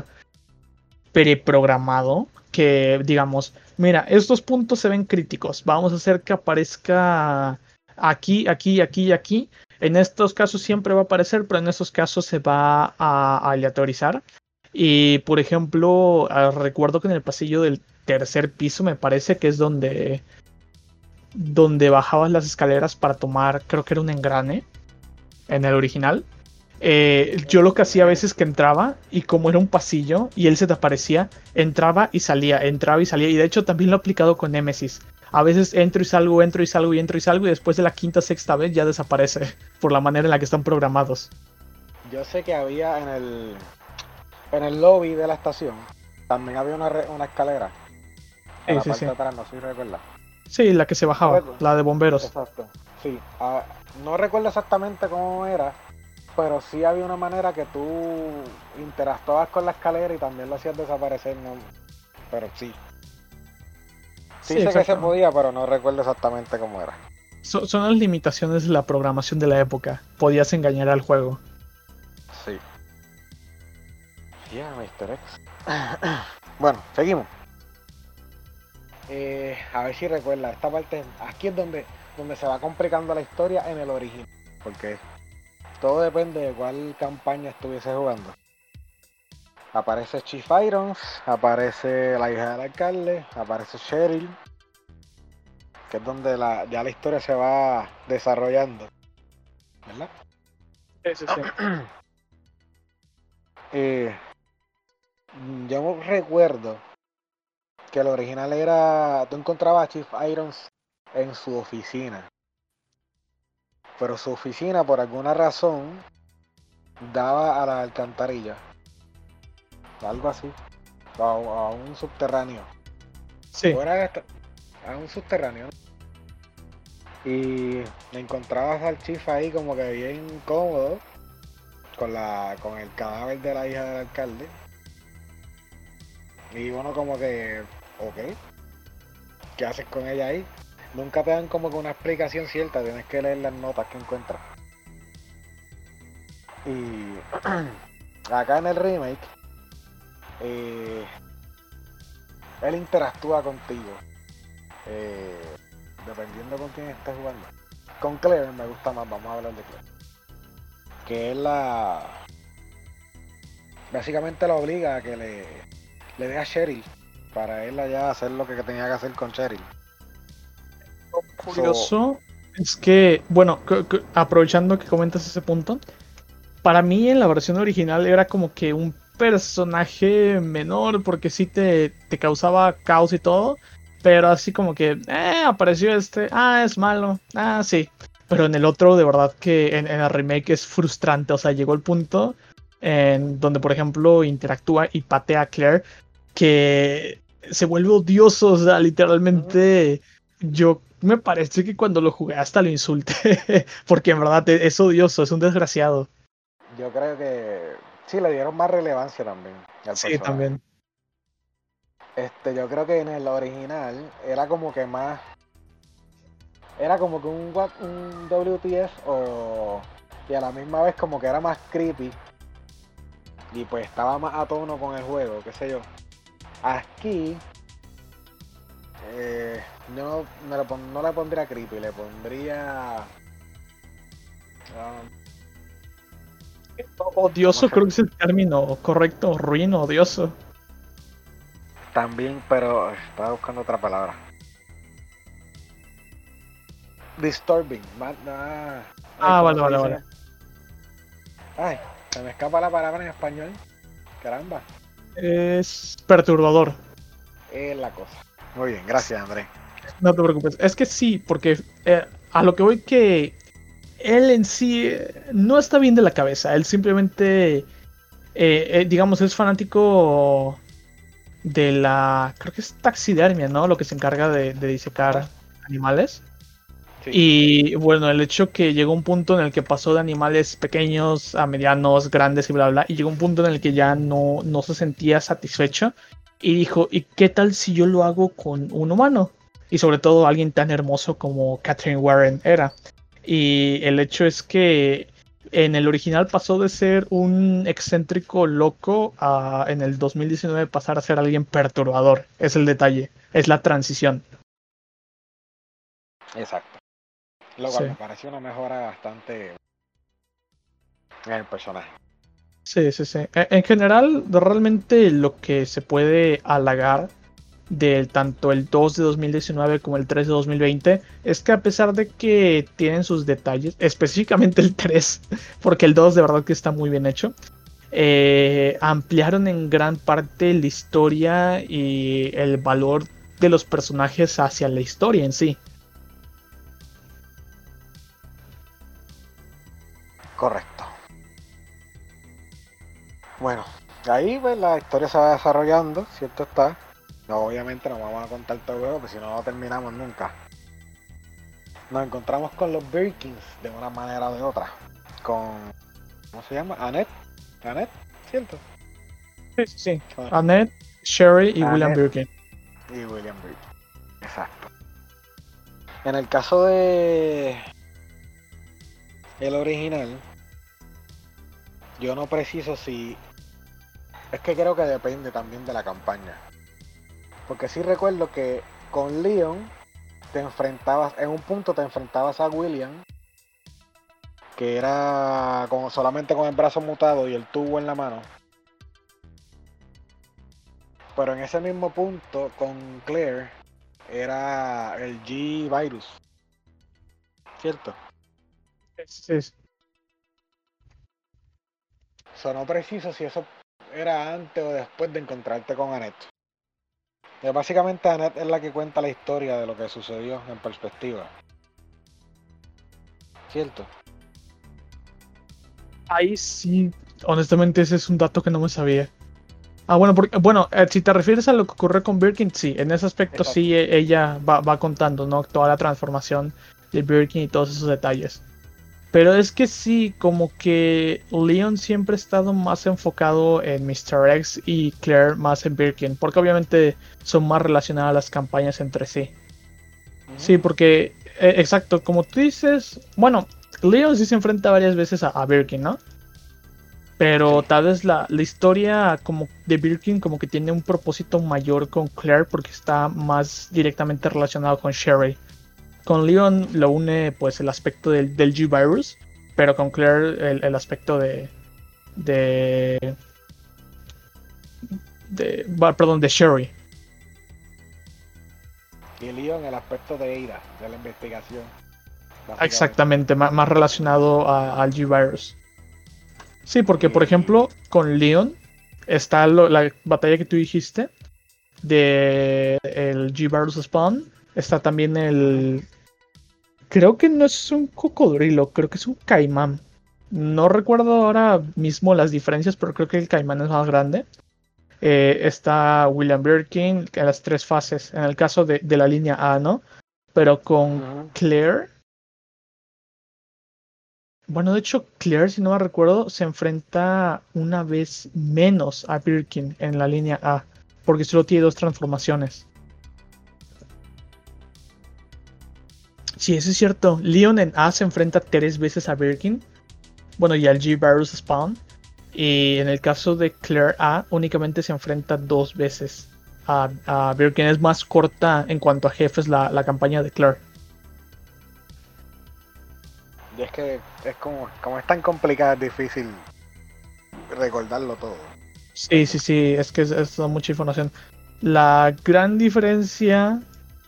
preprogramado, que digamos, mira, estos puntos se ven críticos, vamos a hacer que aparezca aquí, aquí, aquí y aquí. En estos casos siempre va a aparecer, pero en estos casos se va a, a aleatorizar. Y por ejemplo, recuerdo que en el pasillo del tercer piso me parece que es donde donde bajabas las escaleras para tomar, creo que era un engrane en el original. Eh, yo lo que hacía a veces que entraba y como era un pasillo y él se te aparecía, entraba y salía, entraba y salía. Y de hecho también lo he aplicado con Nemesis. A veces entro y salgo, entro y salgo y entro y salgo y después de la quinta, sexta vez ya desaparece por la manera en la que están programados. Yo sé que había en el en el lobby de la estación también había una, una escalera en sí, la sí, parte sí. de atrás, no sé si recuerdas. Sí, la que se bajaba, no la de bomberos. Exacto, sí. Uh, no recuerdo exactamente cómo era, pero sí había una manera que tú interactuabas con la escalera y también lo hacías desaparecer, ¿no? Pero sí. Sí, Sí, sé que se exacto. podía, pero no recuerdo exactamente cómo era. So- son las limitaciones de la programación de la época. Podías engañar al juego. Sí. Ya, mister X. Bueno, seguimos. Eh, a ver si recuerda, esta parte, aquí es donde, donde se va complicando la historia en el original. Porque todo depende de cuál campaña estuviese jugando. Aparece Chief Irons, aparece la hija del alcalde, aparece Cheryl, que es donde la, ya la historia se va desarrollando, ¿verdad? Sí, sí, sí. Eh, yo recuerdo que el original era, tú encontrabas a Chief Irons en su oficina, pero su oficina por alguna razón daba a la alcantarilla, algo así, a, a un subterráneo, Sí. o era esta- a un subterráneo, y encontrabas al Chief ahí como que bien cómodo con la con el cadáver de la hija del alcalde, y uno como que, ok, ¿qué haces con ella ahí? Nunca te dan como que una explicación cierta, tienes que leer las notas que encuentras. Y acá en el remake, eh, él interactúa contigo, eh, dependiendo con quién estés jugando. Con Claire me gusta más, vamos a hablar de Claire. Que él la... básicamente lo obliga a que le, le dé a Cheryl, para él allá hacer lo que tenía que hacer con Cheryl. Lo So, curioso es que, bueno, c- c- aprovechando que comentas ese punto, para mí en la versión original era como que un personaje menor porque sí te, te causaba caos y todo, pero así como que, eh, apareció este, ah, es malo, ah, sí. Pero en el otro, de verdad que en, en el remake es frustrante, o sea, llegó el punto en donde, por ejemplo, interactúa y patea a Claire que se vuelve odioso, o sea, literalmente yo me parece que cuando lo jugué hasta lo insulté, porque en verdad es, es odioso, es un desgraciado. yo creo que sí le dieron más relevancia también al Sí, personaje. también. Este, yo creo que en el original era como que más, era como que un, wa- un W T F o y a la misma vez como que era más creepy y pues estaba más a tono con el juego, qué sé yo. Aquí eh, no, no, le pon- no le pondría creepy, le pondría um, ¿cómo Odioso se? creo que es el término correcto, ruin, odioso. También, pero estaba buscando otra palabra. Disturbing, más, ah, ay, Ah, ¿cómo vale, se vale, dice? vale. en- Ay, se me escapa la palabra en español. Caramba, Es perturbador. es la cosa. Muy bien, gracias Andrés. No te preocupes. Es que sí, porque eh, a lo que voy que él en sí eh, no está bien de la cabeza. Él simplemente, eh, eh, digamos, es fanático de la, creo que es taxidermia, ¿no? Lo que se encarga de, de Ajá, disecar animales. sí, Y bueno, el hecho que llegó un punto en el que pasó de animales pequeños a medianos, grandes y bla, bla, y llegó un punto en el que ya no, no se sentía satisfecho y dijo, ¿y qué tal si yo lo hago con un humano? Y sobre todo alguien tan hermoso como Catherine Warren era. Y el hecho es que en el original pasó de ser un excéntrico loco a en el dos mil diecinueve pasar a ser alguien perturbador. Es el detalle, es la transición. exacto. Lo cual me Sí. pareció una mejora bastante en el personaje. Sí, sí, sí. E- En general, realmente lo que se puede halagar de tanto el dos de dos mil diecinueve como el tres de dos mil veinte es que a pesar de que tienen sus detalles, específicamente el tres, porque el dos de verdad que está muy bien hecho, eh, ampliaron en gran parte la historia y el valor de los personajes hacia la historia en sí. Correcto. Bueno, ahí pues la historia se va desarrollando, cierto está. No, obviamente no vamos a contar todo el juego, porque si no, no terminamos nunca. Nos encontramos con los Birkins de una manera o de otra. Con, ¿cómo se llama? Annette. Annette, ¿cierto? Sí, sí, sí. Con Annette, Sherry y William Annette Birkin. y William Birkin. En el caso de el original, yo no preciso si... Es que creo que depende también de la campaña. Porque sí recuerdo que con Leon te enfrentabas, en un punto te enfrentabas a William, que era con, solamente con el brazo mutado y el tubo en la mano. Pero en ese mismo punto con Claire era el G-Virus, ¿cierto? Sí, sí. O sea, no preciso si eso era antes o después de encontrarte con Annette. Eh, Básicamente Annette es la que cuenta la historia de lo que sucedió en perspectiva, ¿cierto? Ahí sí, honestamente ese es un dato que no me sabía. Ah, bueno, porque, bueno, eh, si te refieres a lo que ocurre con Birkin, sí, en ese aspecto Exacto. sí, e- ella va, va contando, ¿no? Toda la transformación de Birkin y todos esos detalles. Pero es que sí, como que Leon siempre ha estado más enfocado en míster X y Claire más en Birkin, porque obviamente son más relacionadas las campañas entre sí. Ujú. Sí, porque, eh, exacto, como tú dices, bueno, Leon sí se enfrenta varias veces a, a Birkin, ¿no? Pero Sí. tal vez la, la historia como de Birkin como que tiene un propósito mayor con Claire porque está más directamente relacionado con Sherry. Con Leon lo une pues el aspecto del, del G-Virus, pero con Claire el, el aspecto de, de, de... Perdón, de Sherry. Y Leon el aspecto de ira, de la investigación, básicamente. Exactamente, más, más relacionado a- al G-Virus. Sí, porque por Y ejemplo con Leon está lo- la batalla que tú dijiste de el G-Virus Spawn. Está también ujú, el... Creo que no es un cocodrilo, creo que es un caimán. No recuerdo ahora mismo las diferencias, pero creo que el caimán es más grande. Eh, está William Birkin en las tres fases, en el caso de, de la línea A, ¿no? Pero con ujú. Claire... Bueno, de hecho, Claire, si no me recuerdo, se enfrenta una vez menos a Birkin en la línea A, porque solo tiene dos transformaciones. Sí, eso es cierto. Leon en A se enfrenta tres veces a Birkin. Bueno, y al G-Virus Spawn. Y en el caso de Claire A, únicamente se enfrenta dos veces a, a Birkin. Es más corta en cuanto a jefes la, la campaña de Claire. Y es que es como, como es tan complicado, es difícil recordarlo todo. Sí, ¿Entiendes? sí, sí, es que es, es mucha información. La gran diferencia...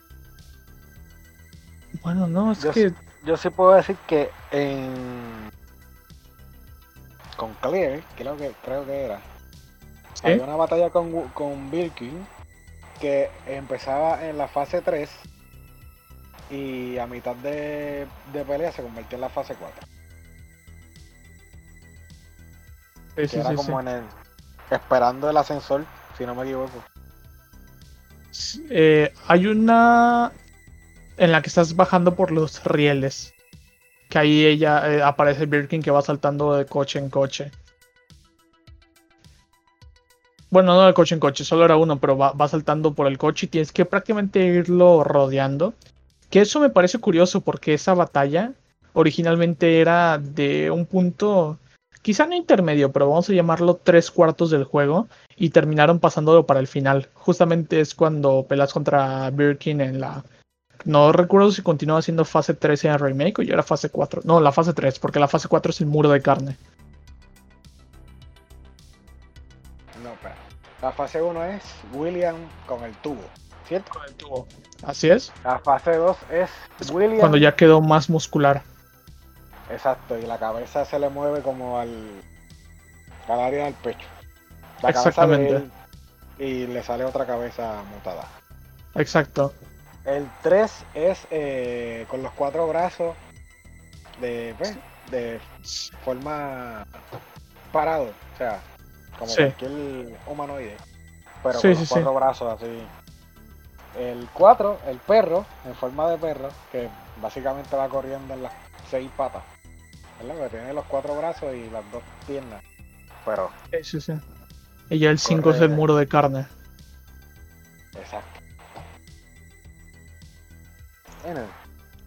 Bueno, no, es Yo, s- que... yo sí puedo decir que en con Claire, creo que, creo que era, Sí, había una batalla con, Wu- con Birkin que empezaba en la fase tres y a mitad de, de pelea se convirtió en la fase cuatro. sí, Que sí, era sí, sí. como en el... esperando el ascensor, si no me equivoco. S- eh, hay una en la que estás bajando por los rieles. Que ahí ella eh, aparece Birkin que va saltando de coche en coche. Bueno, no de coche en coche, solo era uno, pero va, va saltando por el coche y tienes que prácticamente irlo rodeando. Que eso me parece curioso porque esa batalla originalmente era de un punto, quizá no intermedio, pero vamos a llamarlo tres cuartos del juego y terminaron pasándolo para el final. Justamente es cuando pelas contra Birkin en la... No recuerdo si continúa siendo fase tres en el remake o ya era fase cuatro. No, la fase tres, porque la fase cuatro es el muro de carne. No, pero la fase uno es William con el tubo, ¿cierto? Con el tubo. Así es. La fase dos es Es cuando William, ya quedó más muscular. exacto, y la cabeza se le mueve como al, al área del pecho. La cabeza de Exactamente. él y le sale otra cabeza mutada. Exacto. El tres es eh, con los cuatro brazos de, pues, de forma parado, o sea, como Sí. cualquier humanoide, pero con Sí, los sí, sí. cuatro brazos así. El cuatro, el perro, en forma de perro, que básicamente va corriendo en las seis patas, ¿verdad? Que tiene los cuatro brazos y las dos piernas, pero Sí, sí, sí. Y ya el cinco es el corre, muro de carne. exacto. Bueno,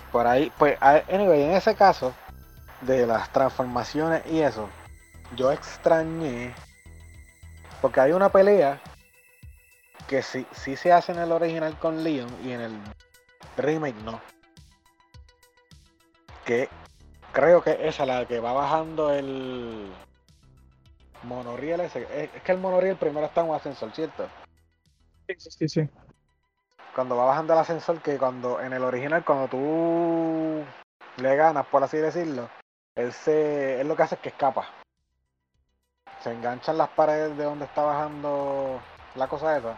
Por ahí, pues, a- anyway, en ese caso de las transformaciones y eso, yo extrañé, porque hay una pelea que sí, sí se hace en el original con Leon y en el remake no. Que creo que esa la que va bajando el monorriel ese. Es, es que el monorriel primero está en un ascensor, ¿cierto? Sí, sí, sí, sí. Cuando va bajando el ascensor, que cuando en el original, cuando tú le ganas, por así decirlo, él se. Él lo que hace es que escapa. Se enganchan las paredes de donde está bajando la cosa esa.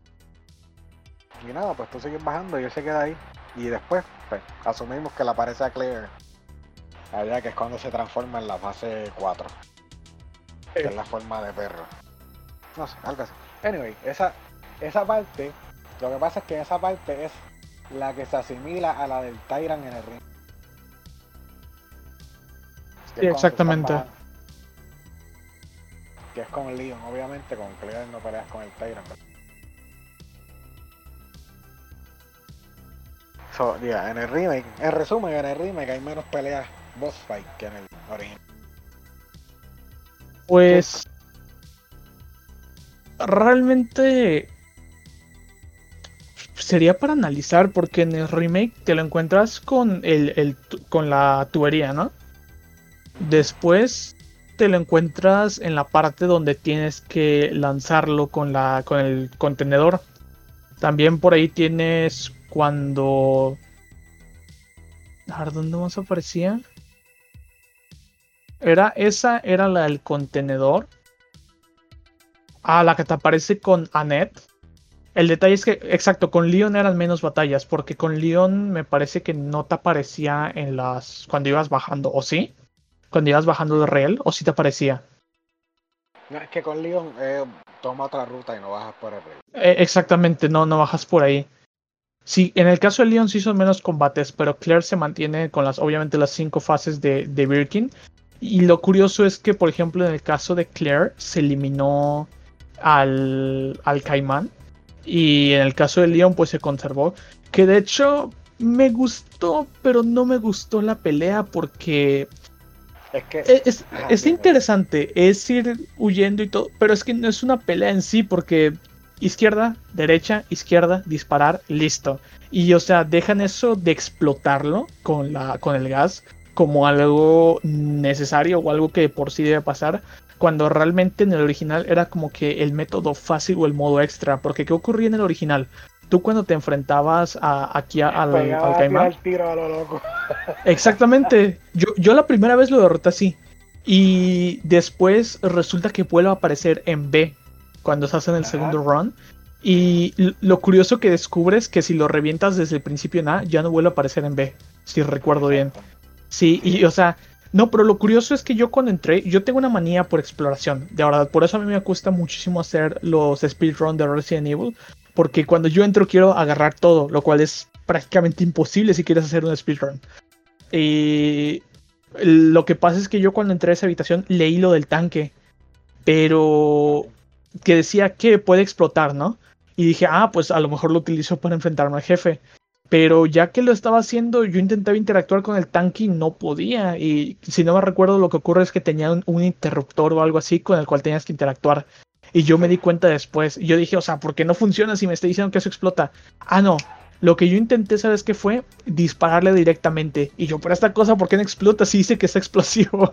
Y nada, pues tú sigues bajando y él se queda ahí. Y después, pues, asumimos que le aparece a Claire allá, que es cuando se transforma en la fase cuatro, que es la forma de perro. No sé, algo así. Anyway, esa, esa parte, lo que pasa es que esa parte es la que se asimila a la del Tyrant en el ring. Que Sí, es cuando tú estás exactamente. bajando. Que es con Leon, obviamente, con Claire no peleas con el Tyrant, ¿verdad? So, yeah, en el remake, en resumen, en el remake hay menos peleas boss fight que en el original. Pues realmente sería para analizar, porque en el remake te lo encuentras con el, el tu- con la tubería, ¿no? Después te lo encuentras en la parte donde tienes que lanzarlo con la con el contenedor. También por ahí tienes cuando... A ver, ¿dónde más aparecía? Era esa, era la del contenedor. Ah, la que te aparece con Annette. El detalle es que, exacto, con Leon eran menos batallas, porque con Leon me parece que no te aparecía en las... cuando ibas bajando, ¿o sí? Cuando ibas bajando de rail, ¿o sí te aparecía? No, es que con Leon eh, toma otra ruta y no bajas por el rey. Eh, exactamente, no, no bajas por ahí. Sí, en el caso de Leon sí son menos combates, pero Claire se mantiene con las, obviamente, las cinco fases de, de Birkin. Y lo curioso es que, por ejemplo, en el caso de Claire se eliminó al, al Caimán. Y en el caso de Leon, pues se conservó. Que de hecho me gustó, pero no me gustó la pelea porque Es que. es, es, Ajá, es dime, dime. interesante, es ir huyendo y todo, pero es que no es una pelea en sí porque izquierda, derecha, izquierda, disparar, listo. Y o sea, dejan eso de explotarlo con, la, con el gas como algo necesario o algo que por sí debe pasar, cuando realmente en el original era como que el método fácil o el modo extra, porque ¿qué ocurría en el original? Tú cuando te enfrentabas a, aquí a- al, al Pegaba a Caimán, tirar tiro a lo loco. exactamente. Yo, yo la primera vez lo derroté así. Y después resulta que vuelve a aparecer en B cuando se hace en el Ajá. segundo run. Y l- lo curioso que descubres que si lo revientas desde el principio en A, ya no vuelve a aparecer en B, si recuerdo bien. Exacto. Sí, Sí. y o sea, no, pero lo curioso es que yo cuando entré, yo tengo una manía por exploración, de verdad, por eso a mí me gusta muchísimo hacer los speedrun de Resident Evil, porque cuando yo entro quiero agarrar todo, lo cual es prácticamente imposible si quieres hacer un speedrun. Y lo que pasa es que yo cuando entré a esa habitación leí lo del tanque, pero que decía que puede explotar, ¿no? Y dije, ah, pues a lo mejor lo utilizo para enfrentarme al jefe. Pero ya que lo estaba haciendo, yo intentaba interactuar con el tanque y no podía. Y si no me recuerdo, lo que ocurre es que tenía un, un interruptor o algo así con el cual tenías que interactuar. Y yo me Sí. di cuenta después. Y yo dije, o sea, ¿por qué no funciona si me está diciendo que eso explota? Ah, no. Lo que yo intenté, ¿sabes qué fue? Dispararle directamente. Y yo, pero esta cosa, ¿por qué no explota si dice que está explosivo?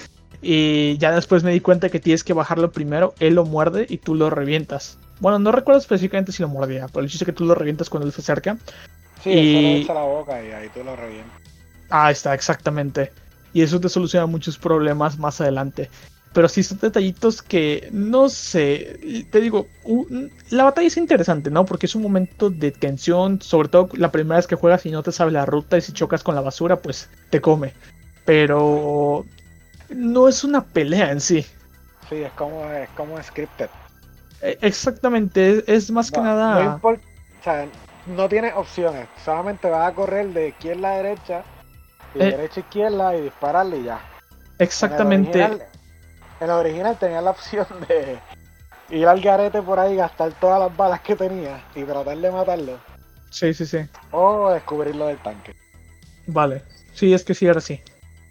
Y ya después me di cuenta que tienes que bajarlo primero, él lo muerde y tú lo revientas. Bueno, no recuerdo específicamente si lo mordía, pero el chiste es que tú lo revientas cuando él se acerca. Sí, él se lo Y... echa a la boca y ahí tú lo revientas. Ah, está, exactamente. Y eso te soluciona muchos problemas más adelante. Pero sí son detallitos que, no sé, te digo, un- la batalla es interesante, ¿no? Porque es un momento de tensión, sobre todo la primera vez que juegas y no te sabes la ruta y si chocas con la basura, pues te come. Pero no es una pelea en sí. Sí, es como, es como scripted. E- Exactamente, es, es más que No, no nada. importa, o sea, no tienes opciones. Solamente vas a correr de izquierda a derecha y eh, derecha a izquierda y dispararle y ya. En el exactamente. original, en el original tenía la opción de ir al garete por ahí, gastar todas las balas que tenía y tratar de matarlo. Sí, sí, sí. O descubrirlo del tanque. Vale. Sí, es que sí era así.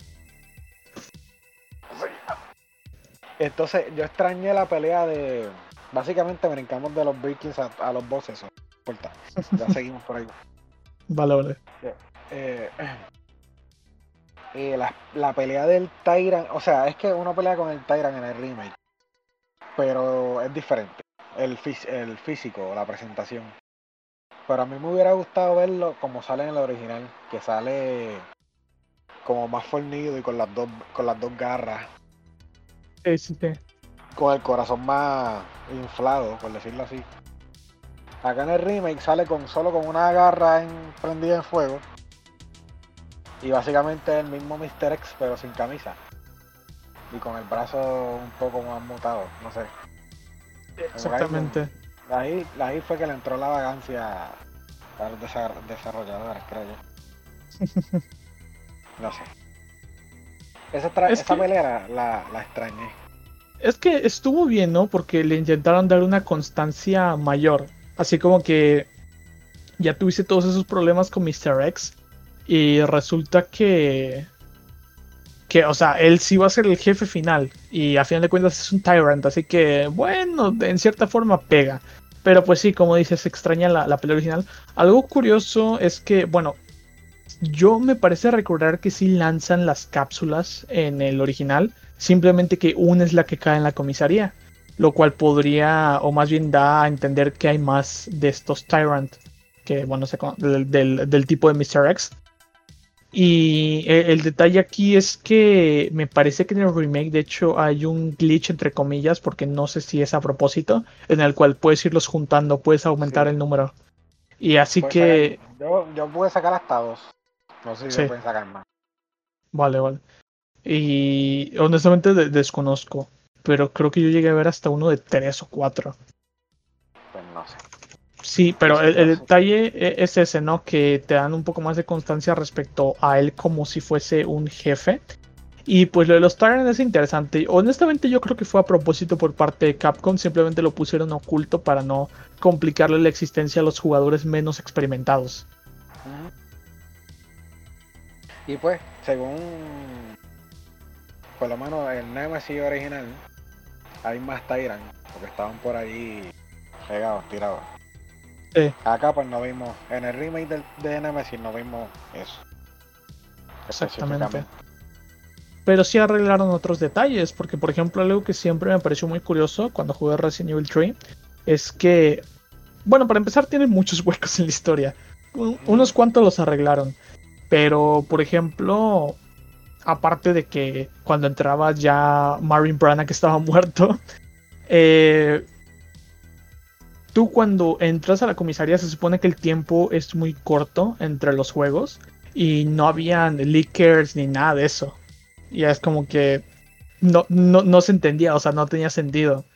Entonces, yo extrañé la pelea de. Básicamente brincamos de los Vikings a, a los bosses. No importa. Ya seguimos por ahí. Vale, vale. Eh, eh, la, la pelea del Tyrant. O sea, es que uno pelea con el Tyrant en el remake. Pero es diferente. El, fí- el físico, la presentación. Pero a mí me hubiera gustado verlo como sale en el original. Que sale como más fornido y con las dos, con las dos garras. Sí, sí, sí. Con el corazón más inflado, por decirlo así. Acá en el remake sale con solo con una garra en, prendida en fuego. Y básicamente el mismo mister X, pero sin camisa. Y con el brazo un poco más mutado, no sé. Por ahí, Exactamente. ahí, ahí fue que le entró la vagancia a los desarrolladores, creo yo. No sé. Esa, tra- Es esa que, pelea la, la extrañé. es que estuvo bien, ¿no? Porque le intentaron dar una constancia mayor. Así como que ya tuviste todos esos problemas con mister X. Y resulta que. Que, o sea, él sí va a ser el jefe final. Y a final de cuentas es un Tyrant. Así que, bueno, en cierta forma pega. Pero pues sí, como dices, se extraña la, la pelea original. Algo curioso es que, bueno, yo me parece recordar que sí lanzan las cápsulas en el original, simplemente que una es la que cae en la comisaría, lo cual podría, o más bien da a entender que hay más de estos Tyrant, que bueno, se con- del, del- del tipo de mister X. Y el, el detalle aquí es que me parece que en el remake, de hecho, hay un glitch entre comillas, porque no sé si es a propósito, en el cual puedes irlos juntando, puedes aumentar Sí. el número. Y así Puede sacar, que, yo, yo pude sacar hasta dos. No sé si se sí, pueden sacar más. vale, vale. Y honestamente de- desconozco. Pero creo que yo llegué a ver hasta uno de tres o cuatro. Pues no sé. Sí, Yo pero sé, el, yo el sé. detalle e- es ese, ¿no? Que te dan un poco más de constancia respecto a él como si fuese un jefe. Y pues lo de los Tyrant es interesante. Honestamente yo creo que fue a propósito por parte de Capcom. Simplemente lo pusieron oculto para no complicarle la existencia a los jugadores menos experimentados. Ujú. Y pues, según por lo menos el Nemesis original, hay más Tyrant, porque estaban por ahí pegados, tirados. Sí, Acá pues no vimos, en el remake del, de Nemesis no vimos eso, exactamente. específicamente. Pero sí arreglaron otros detalles, porque por ejemplo algo que siempre me pareció muy curioso cuando jugué Resident Evil tres es que, bueno, para empezar tiene muchos huecos en la historia. Un- Ujú. unos cuantos los arreglaron, pero por ejemplo, aparte de que cuando entraba ya Marvin Branagh estaba muerto, eh, tú cuando entras a la comisaría se supone que el tiempo es muy corto entre los juegos y no habían leakers ni nada de eso. Y es como que no, no, no se entendía, o sea, no tenía sentido.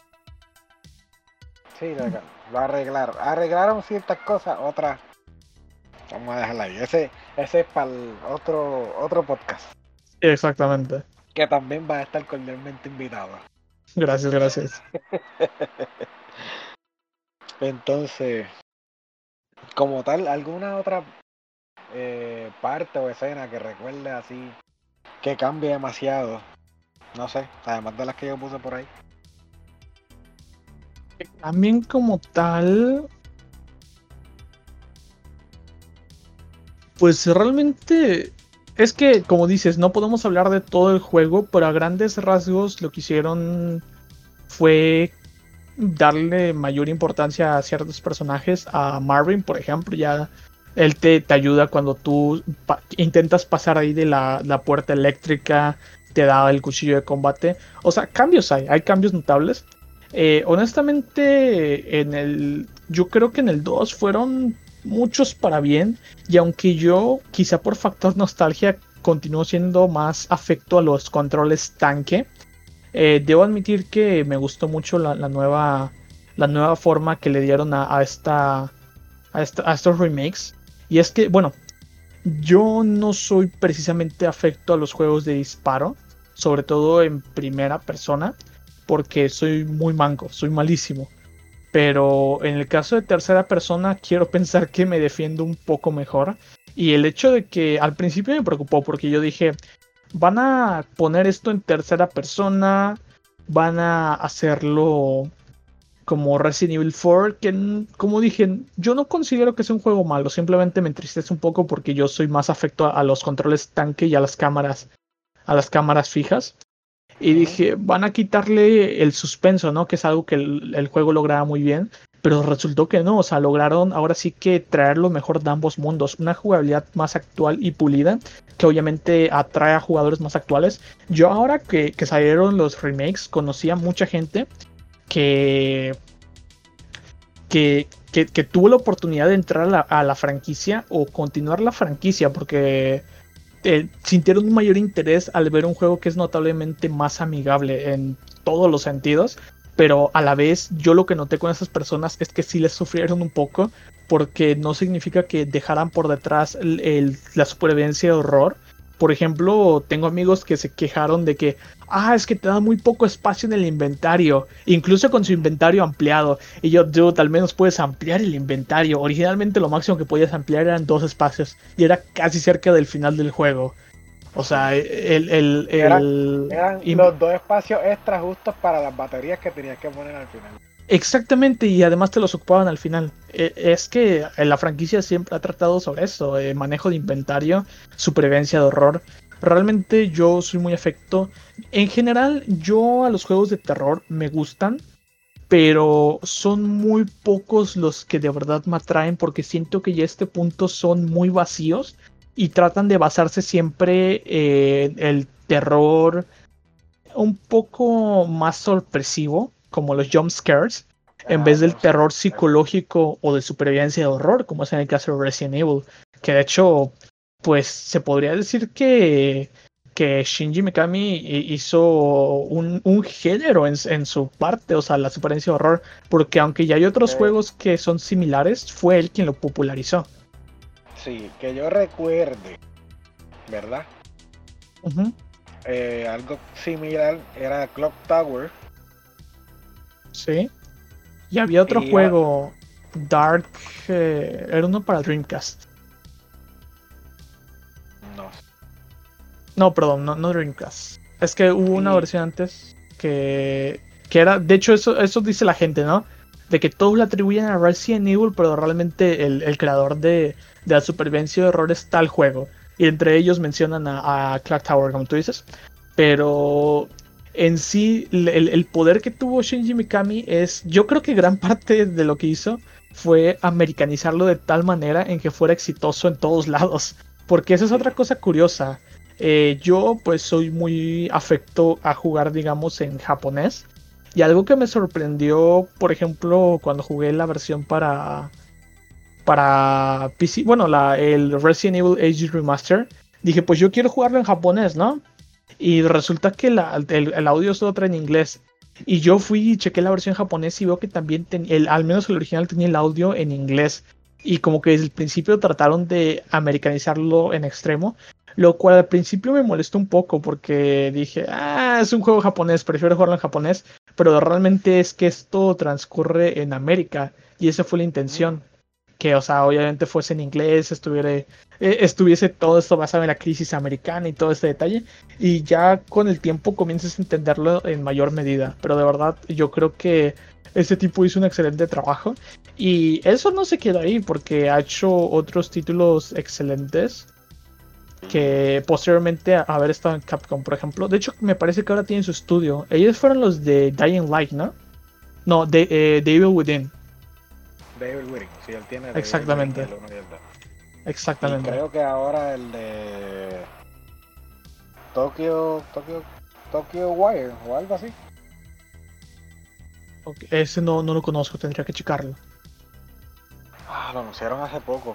Sí, lo, lo arreglaron. Arreglaron ciertas cosas, otras vamos a dejarla ahí. Ese, ese es para otro, otro podcast, Exactamente. que también va a estar cordialmente invitado. Gracias, gracias. Entonces, como tal, ¿alguna otra eh, parte o escena que recuerde así que cambie demasiado? No sé, además de las que yo puse por ahí. También como tal, pues realmente es que, como dices, no podemos hablar de todo el juego, pero a grandes rasgos lo que hicieron fue darle mayor importancia a ciertos personajes. A Marvin, por ejemplo, ya él te, te ayuda cuando tú pa- intentas pasar ahí de la, la puerta eléctrica, te da el cuchillo de combate. O sea, cambios hay, hay cambios notables. Eh, honestamente, en el, yo creo que en el dos fueron muchos para bien, y aunque yo, quizá por factor nostalgia, continúo siendo más afecto a los controles tanque. Eh, debo admitir que me gustó mucho la, la nueva, la nueva forma que le dieron a, a esta, a, esta- a estos remakes. Y es que, bueno, yo no soy precisamente afecto a los juegos de disparo, sobre todo en primera persona, porque soy muy manco, soy malísimo. Pero en el caso de tercera persona, quiero pensar que me defiendo un poco mejor. Y el hecho de que al principio me preocupó porque yo dije, van a poner esto en tercera persona, van a hacerlo como Resident Evil cuatro, que como dije, yo no considero que sea un juego malo, simplemente me entristece un poco porque yo soy más afecto a, a los controles tanque y a las cámaras, a las cámaras fijas. Y Ujú. dije, van a quitarle el suspenso, ¿no? Que es algo que el, el juego lograba muy bien. Pero resultó que no, o sea, lograron ahora sí que traer lo mejor de ambos mundos. Una jugabilidad más actual y pulida, que obviamente atrae a jugadores más actuales. Yo ahora que, que salieron los remakes, conocí a mucha gente que, que, que, que tuvo la oportunidad de entrar a la, a la franquicia o continuar la franquicia, porque eh, sintieron un mayor interés al ver un juego que es notablemente más amigable en todos los sentidos, pero a la vez yo lo que noté con esas personas es que sí les sufrieron un poco, porque no significa que dejaran por detrás el, el, la supervivencia de horror. Por ejemplo, tengo amigos que se quejaron de que, ah, es que te da muy poco espacio en el inventario, incluso con su inventario ampliado. Y yo, dude, al menos puedes ampliar el inventario. Originalmente lo máximo que podías ampliar eran dos espacios y era casi cerca del final del juego. O sea, Sí. el... el, Eran, el eran im- los dos espacios extra justos para las baterías que tenías que poner al final. Exactamente, y además te los ocupaban al final. Eh, es que la franquicia siempre ha tratado sobre eso, eh, manejo de inventario, supervivencia de horror. Realmente yo soy muy afecto. En general, yo a los juegos de terror me gustan, pero son muy pocos los que de verdad me atraen porque siento que ya a este punto son muy vacíos y tratan de basarse siempre en el terror un poco más sorpresivo, como los jump scares, en Ah, vez del yo sé. terror psicológico o de supervivencia de horror, como es en el caso de Resident Evil, que de hecho, pues se podría decir que, que Shinji Mikami hizo un, un género en, en su parte, o sea, la supervivencia de horror, porque aunque ya hay otros Que, juegos que son similares, fue él quien lo popularizó. sí, que yo recuerde, ¿verdad? Ujú, Eh, algo similar era Clock Tower. sí. Y había otro Y ah, juego, Dark, eh, era uno para Dreamcast. no. No, perdón, no, no Dreamcast. Es que hubo una Y versión antes que, que era, de hecho eso, eso dice la gente, ¿no? De que todos le atribuyen a Resident Evil, pero realmente el, el creador de, de la supervivencia de horror está el juego. Y entre ellos mencionan a, a Clock Tower, como tú dices. Pero en sí, el, el poder que tuvo Shinji Mikami es, yo creo que gran parte de lo que hizo fue americanizarlo de tal manera en que fuera exitoso en todos lados. Porque esa es sí, otra cosa curiosa. Eh, yo pues soy muy afecto a jugar, digamos, en japonés. Y algo que me sorprendió, por ejemplo, cuando jugué la versión para, para P C, bueno, la, el Resident Evil H D Remaster, dije, pues yo quiero jugarlo en japonés, ¿no? Y resulta que la, el, el, audio solo trae en inglés. Y yo fui y chequé la versión japonés y veo que también, ten, el, al menos el original tenía el audio en inglés. Y como que desde el principio trataron de americanizarlo en extremo. Lo cual al principio me molestó un poco porque dije, ah, es un juego japonés, prefiero jugarlo en japonés. Pero realmente es que esto transcurre en América y esa fue la intención. Que, o sea, obviamente fuese en inglés, estuviera, eh, estuviese todo esto basado en la crisis americana y todo este detalle. Y ya con el tiempo comienzas a entenderlo en mayor medida. Pero de verdad, yo creo que este tipo hizo un excelente trabajo. Y eso no se queda ahí porque ha hecho otros títulos excelentes que posteriormente a haber estado en Capcom, por ejemplo. De hecho, me parece que ahora tienen su estudio. Ellos fueron los de Dying Light, ¿no? No, de, eh, The Evil Within. David Witting, sí, él tiene de David Witting Exactamente. el uno y el dos. Y Exactamente. creo que ahora el de Tokyo, Tokyo, Tokyo Wire o algo así. Okay. Ese no, no lo conozco, tendría que checarlo. Ah, lo anunciaron hace poco.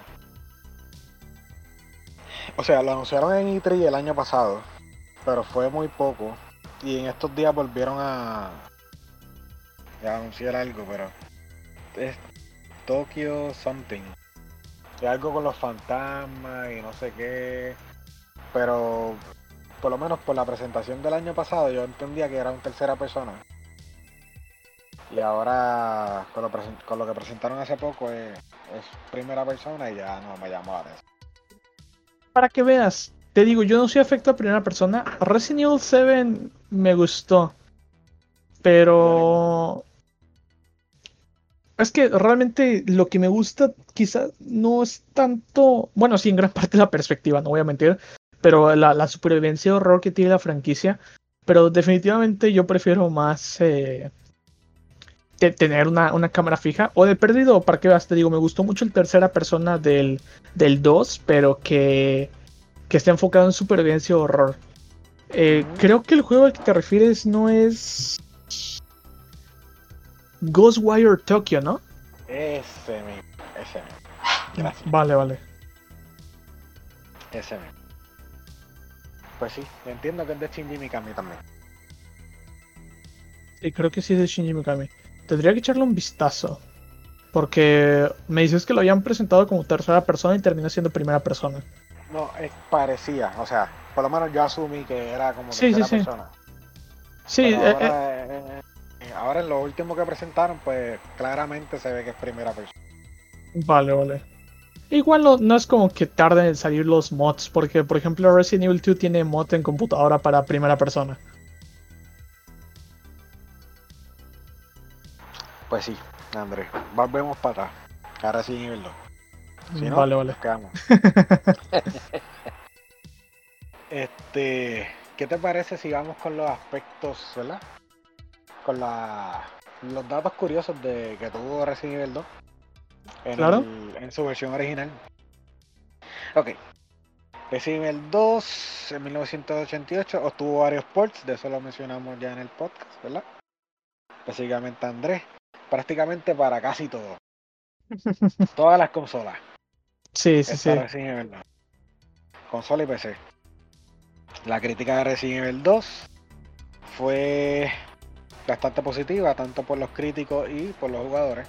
O sea, lo anunciaron en E tres el año pasado, pero fue muy poco. Y en estos días volvieron a, a anunciar algo, pero es Tokyo Something. Es algo con los fantasmas y no sé qué. Pero por lo menos por la presentación del año pasado yo entendía que era un tercera persona. Y ahora con lo, con lo que presentaron hace poco es, es primera persona y ya no me llamó la atención. para que veas, te digo, yo no soy afecto a primera persona. Resident Evil siete me gustó, pero es que realmente lo que me gusta quizá no es tanto, bueno, sí, en gran parte la perspectiva, no voy a mentir, pero la, la supervivencia de horror que tiene la franquicia, pero definitivamente yo prefiero más eh, te- tener una, una cámara fija, o de perdido, para que veas, te digo, me gustó mucho el tercera persona del, del dos, pero que, que esté enfocado en supervivencia y horror. Eh, Ujú. creo que el juego al que te refieres no es Ghostwire Tokyo, ¿no? Ese mismo, ese mismo. Gracias, Vale, vale. ese mismo. Pues sí, entiendo que es de Shinji Mikami también. Sí, creo que sí es de Shinji Mikami. Tendría que echarle un vistazo. Porque me dices que lo habían presentado como tercera persona y termina siendo primera persona. No, es parecía, o sea, por lo menos yo asumí que era como Sí, sí, tercera sí. persona. Sí, Pero eh, eh, ahora, eh, eh, ahora en lo último que presentaron, pues claramente se ve que es primera persona. vale, vale. Igual no, no es como que tarden en salir los mods, porque por ejemplo Resident Evil dos tiene mod en computadora para primera persona. Pues sí, Andrés, volvemos para atrás. Ahora sí nivel dos. Si no, Vale, vale. nos quedamos. Este, ¿qué te parece si vamos con los aspectos, ¿verdad? Con la, los datos curiosos de que tuvo Resident Evil dos en, Claro. el, en su versión original. Ok, Resident Evil dos en mil novecientos ochenta y ocho obtuvo varios ports, de eso lo mencionamos ya en el podcast, ¿verdad? Específicamente Andrés, prácticamente para casi todo, todas las consolas. Sí, sí, Está sí. Resident Evil dos, consola y P C. La crítica de Resident Evil dos fue bastante positiva, tanto por los críticos y por los jugadores.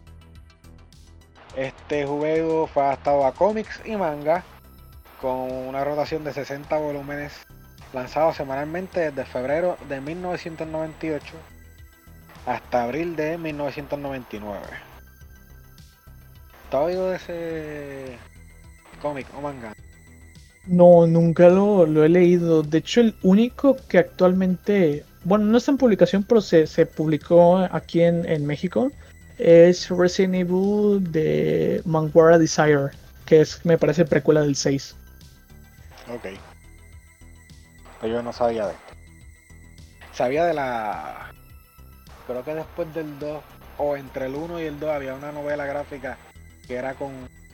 Este juego fue adaptado a cómics y manga con una rotación de sesenta volúmenes lanzados semanalmente desde febrero de mil novecientos noventa y ocho hasta abril de mil novecientos noventa y nueve. ¿Te has oído de ese cómic o manga? No, nunca lo, lo he leído. De hecho, el único que actualmente, bueno, no está en publicación, pero se, se publicó aquí en, en México, es Resident Evil de Manguara Desire, que es, me parece, precuela del seis. Ok. Pues yo no sabía de esto. Sabía de la... Creo que después del dos, o entre el uno y el dos, había una novela gráfica que era con...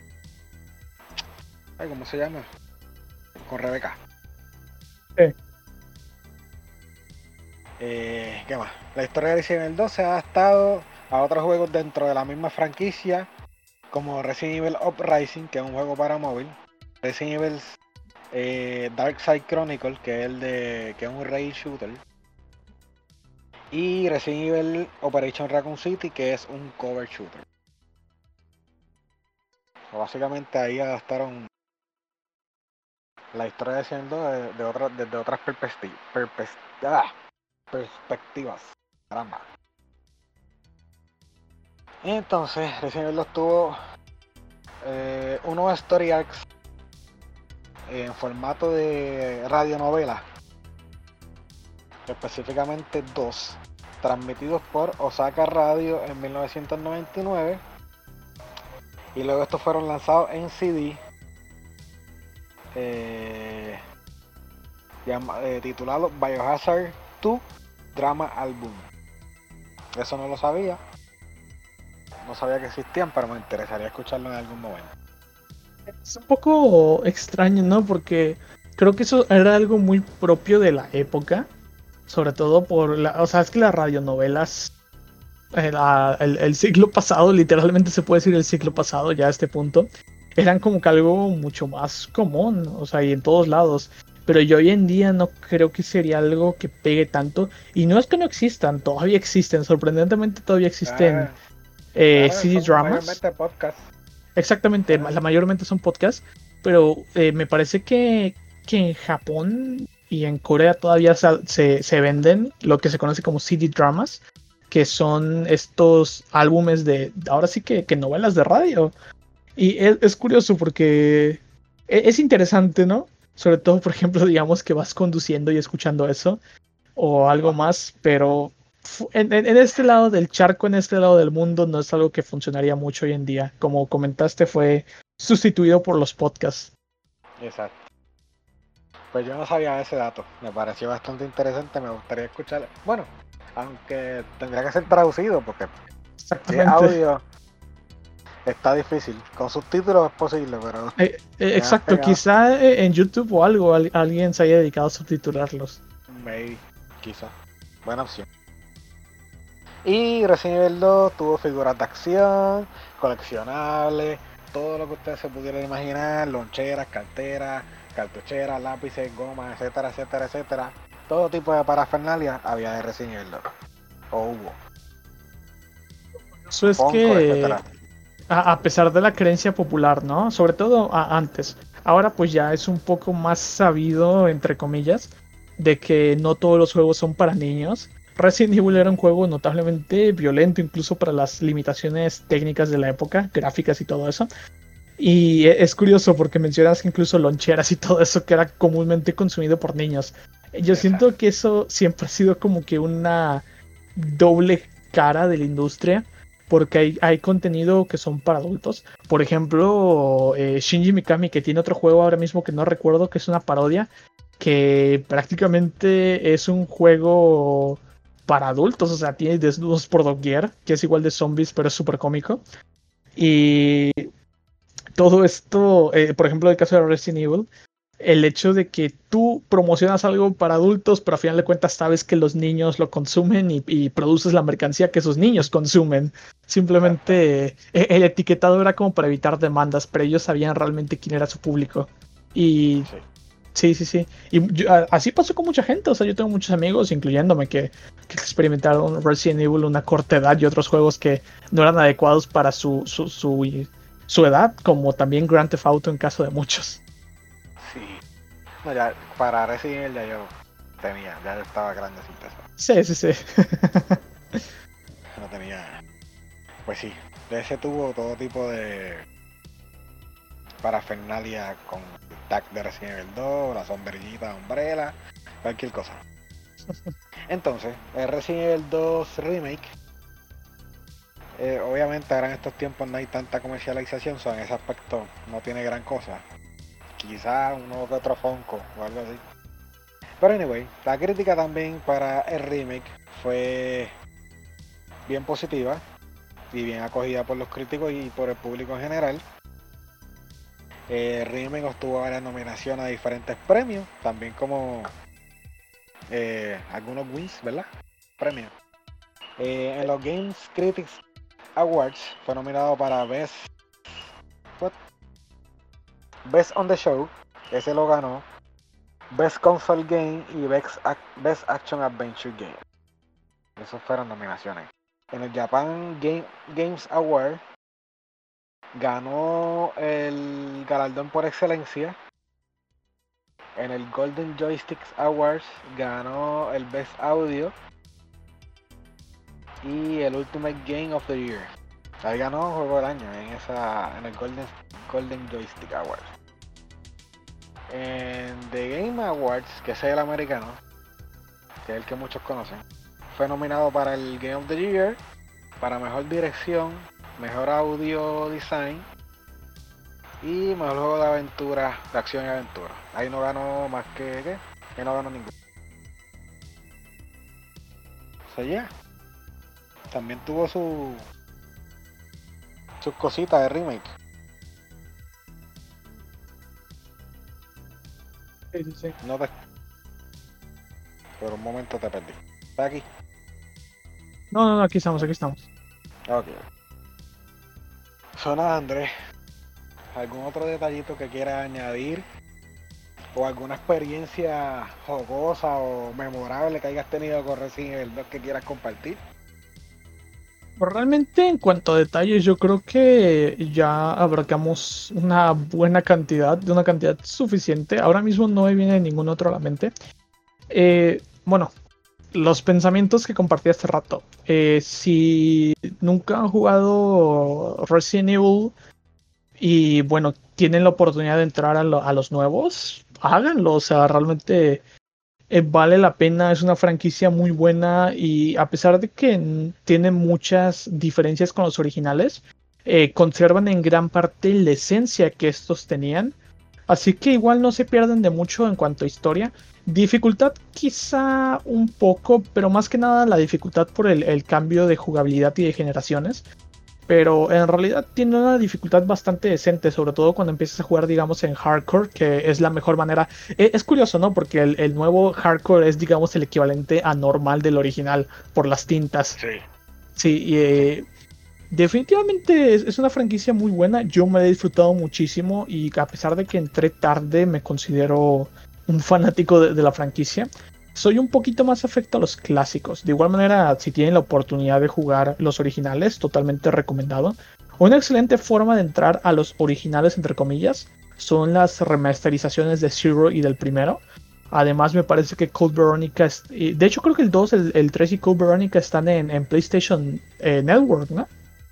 Ay, ¿cómo se llama? Con Rebeca. Sí. Eh, ¿Qué más? La historia de Resident Evil dos se ha adaptado a otros juegos dentro de la misma franquicia, como Resident Evil Uprising, que es un juego para móvil, Resident Evil eh, Dark Side Chronicle, que es el de que es un rail shooter, y Resident Evil Operation Raccoon City, que es un cover shooter. O básicamente ahí adaptaron la historia de Resident Evil dos de, de otra- desde otras perspecti- perpes- ah, perspectivas. Caramba. Entonces, Resident Evil dos tuvo eh, unos story arcs en formato de radionovela, específicamente dos, transmitidos por Osaka Radio en mil novecientos noventa y nueve, y luego estos fueron lanzados en C D eh, llama- eh, titulado Biohazard dos Drama Album. Eso no lo sabía, no sabía que existían, pero me interesaría escucharlo en algún momento. Es un poco extraño, ¿no? Porque creo que eso era algo muy propio de la época. Sobre todo por la... O sea, es que las radionovelas... eh, la- el, el siglo pasado, literalmente se puede decir el siglo pasado ya a este punto, eran como que algo mucho más común, o sea, y en todos lados. Pero yo hoy en día no creo que sería algo que pegue tanto. Y no es que no existan, todavía existen, sorprendentemente todavía existen Ah, eh, claro, C D son dramas. mayormente podcasts. Exactamente, Ah, la mayormente son podcasts, pero eh, me parece que, que en Japón y en Corea todavía se, se, se venden lo que se conoce como C D dramas, que son estos álbumes de, ahora sí que, que novelas de radio. Y es, es curioso porque e- es interesante, ¿no? Sobre todo, por ejemplo, digamos que vas conduciendo y escuchando eso, o algo más, pero fu- en, en- en este lado del charco, en este lado del mundo, no es algo que funcionaría mucho hoy en día. Como comentaste, fue sustituido por los podcasts. Exacto. Pues yo no sabía ese dato. Me pareció bastante interesante. Me gustaría escuchar. Bueno, aunque tendría que ser traducido porque si es Exactamente. audio está difícil. Con subtítulos es posible, pero Eh, eh, ya, exacto, ya, quizá eh, en YouTube o algo al- alguien se haya dedicado a subtitularlos. maybe, quizá. Buena opción. Y Resident Evil dos tuvo figuras de acción, coleccionables, todo lo que ustedes se pudieran imaginar, loncheras, carteras, cartucheras, lápices, gomas, etcétera, etcétera, etcétera. Todo tipo de parafernalia había de Resident Evil dos. O hubo. Eso es Funko, que, etcétera. a, a pesar de la creencia popular, ¿no? Sobre todo a- antes. Ahora pues ya es un poco más sabido, entre comillas, de que no todos los juegos son para niños. Resident Evil era un juego notablemente violento, incluso para las limitaciones técnicas de la época, gráficas y todo eso. Y e- es curioso porque mencionas que incluso loncheras y todo eso que era comúnmente consumido por niños. Yo Exacto. siento que eso siempre ha sido como que una doble cara de la industria, porque hay, hay contenido que son para adultos. Por ejemplo, eh, Shinji Mikami, que tiene otro juego ahora mismo que no recuerdo, que es una parodia, que prácticamente es un juego para adultos, o sea, tiene desnudos por doquier, que es igual de zombies, pero es súper cómico. Y todo esto, eh, por ejemplo, el caso de Resident Evil, el hecho de que tú promocionas algo para adultos, pero a final de cuentas sabes que los niños lo consumen y, y produces la mercancía que esos niños consumen. Exacto. Simplemente eh, el etiquetado era como para evitar demandas, pero ellos sabían realmente quién era su público. Y Sí. sí, sí, sí. Y yo- a- así pasó con mucha gente. O sea, yo tengo muchos amigos, incluyéndome, que, que experimentaron Resident Evil a una corta edad y otros juegos que no eran adecuados para su, su, su, su edad, como también Grand Theft Auto en caso de muchos. Sí. No, ya, para Resident Evil ya yo tenía, ya yo estaba grandecito. Eso. Sí, sí, sí. No tenía. Pues sí. De ese tuvo todo tipo de parafernalia con el tag de Resident Evil dos, la sombrillita, Umbrella, cualquier cosa. Entonces, el Resident Evil dos Remake, eh, obviamente ahora en estos tiempos no hay tanta comercialización, so en ese aspecto no tiene gran cosa. Quizá uno que otro Funko o algo así. Pero anyway, la crítica también para el remake fue bien positiva y bien acogida por los críticos y por el público en general. El remake obtuvo varias nominaciones a diferentes premios, también como eh, algunos wins, ¿verdad? Premios. Eh, en los Games Critics Awards fue nominado para Best, what? Best on the Show, ese lo ganó. Best Console Game y Best, Ac Best Action Adventure Game. Esas fueron nominaciones. En el Japan Game, Games Award ganó el galardón por excelencia. En el Golden Joysticks Awards ganó el Best Audio y el Ultimate Game of the Year. Ahí ganó Juego del Año en, esa, en el Golden, Golden Joystick Awards. En The Game Awards, que es el americano, que es el que muchos conocen, fue nominado para el Game of the Year, para Mejor Dirección, Mejor Audio Design y Mejor Juego de Aventura, de Acción y Aventura. Ahí no ganó más que, ¿qué? Ahí no ganó ninguno. O sea, yeah. También tuvo su sus cositas de remake. Sí, sí, sí. No te... Por un momento te perdí. ¿Estás aquí? No, no, no, aquí estamos, aquí estamos. Ok. So, nada, Andrés. ¿Algún otro detallito que quieras añadir? ¿O alguna experiencia jocosa o memorable que hayas tenido con Resident Evil dos que quieras compartir? Pues realmente en cuanto a detalles, yo creo que ya abarcamos una buena cantidad, de una cantidad suficiente. Ahora mismo no me viene ningún otro a la mente. Eh, bueno, los pensamientos que compartí hace rato. Eh, si nunca han jugado Resident Evil y bueno, tienen la oportunidad de entrar a, lo, a los nuevos, háganlo. O sea, realmente eh, vale la pena. Es una franquicia muy buena y a pesar de que n- tiene muchas diferencias con los originales, eh, conservan en gran parte la esencia que estos tenían. Así que igual no se pierden de mucho en cuanto a historia. Dificultad quizá un poco, pero más que nada la dificultad por el, el cambio de jugabilidad y de generaciones. Pero en realidad tiene una dificultad bastante decente, sobre todo cuando empiezas a jugar, digamos, en hardcore, que es la mejor manera. E- Es curioso, ¿no? Porque el, el nuevo hardcore es, digamos, el equivalente a normal del original por las tintas. Sí, Sí, y, sí. eh, definitivamente es, es una franquicia muy buena. Yo me la he disfrutado muchísimo y a pesar de que entré tarde, me considero un fanático de, de la franquicia. Soy un poquito más afecto a los clásicos. De igual manera, si tienen la oportunidad de jugar los originales, totalmente recomendado. Una excelente forma de entrar a los originales, entre comillas, son las remasterizaciones de Zero y del primero. Además, me parece que Code Veronica. Es, y de hecho, creo que el dos, el, el tres y Code Veronica están en, en PlayStation eh, Network, ¿no?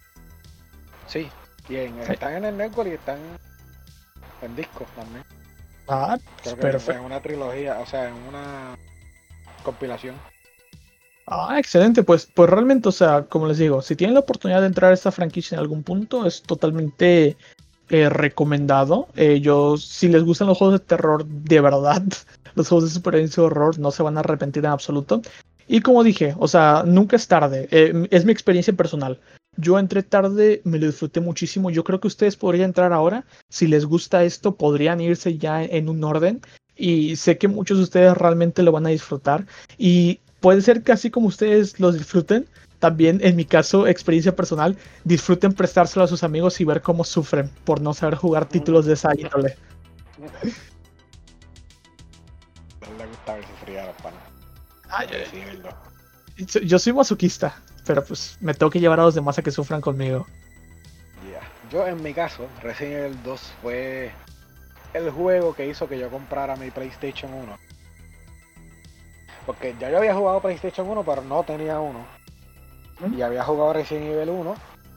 Sí, y en- Sí. están en el network y están en discos también. Ah, pues Creo que en, en perfecto. una trilogía, o sea, en una compilación. Ah, excelente. Pues, pues realmente, o sea, como les digo, si tienen la oportunidad de entrar a esta franquicia en algún punto, es totalmente eh, recomendado. Eh, yo, si les gustan los juegos de terror de verdad, los juegos de supervivencia y horror, no se van a arrepentir en absoluto. Y como dije, o sea, nunca es tarde. Eh, es mi experiencia personal. Yo entré tarde, me lo disfruté muchísimo. Yo creo que ustedes podrían entrar ahora. Si les gusta esto, podrían irse ya en un orden. Y sé que muchos de ustedes realmente lo van a disfrutar. Y puede ser que así como ustedes los disfruten, también en mi caso, experiencia personal, disfruten prestárselo a sus amigos y ver cómo sufren por no saber jugar títulos de esa índole. No le gusta ver sufrir a los panas. Ay, Hay que decirlo. yo, yo soy masoquista, pero pues me tengo que llevar a los demás a que sufran conmigo. Ya. Yo en mi caso, Resident Evil dos fue el juego que hizo que yo comprara mi PlayStation uno. Porque ya yo había jugado PlayStation uno, pero no tenía uno. ¿Mm? Y había jugado Resident Evil uno,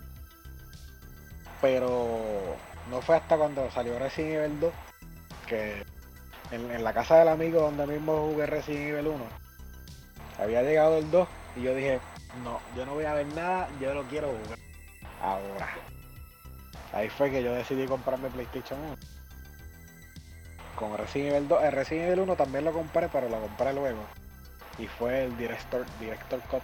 pero no fue hasta cuando salió Resident Evil dos que en, en la casa del amigo donde mismo jugué Resident Evil uno había llegado el dos y yo dije, no, yo no voy a ver nada, yo lo quiero jugar ahora. Ahí fue que yo decidí comprarme PlayStation uno. Con Resident Evil dos, el Resident Evil uno también lo compré, pero lo compré luego. Y fue el Director, Director Cut.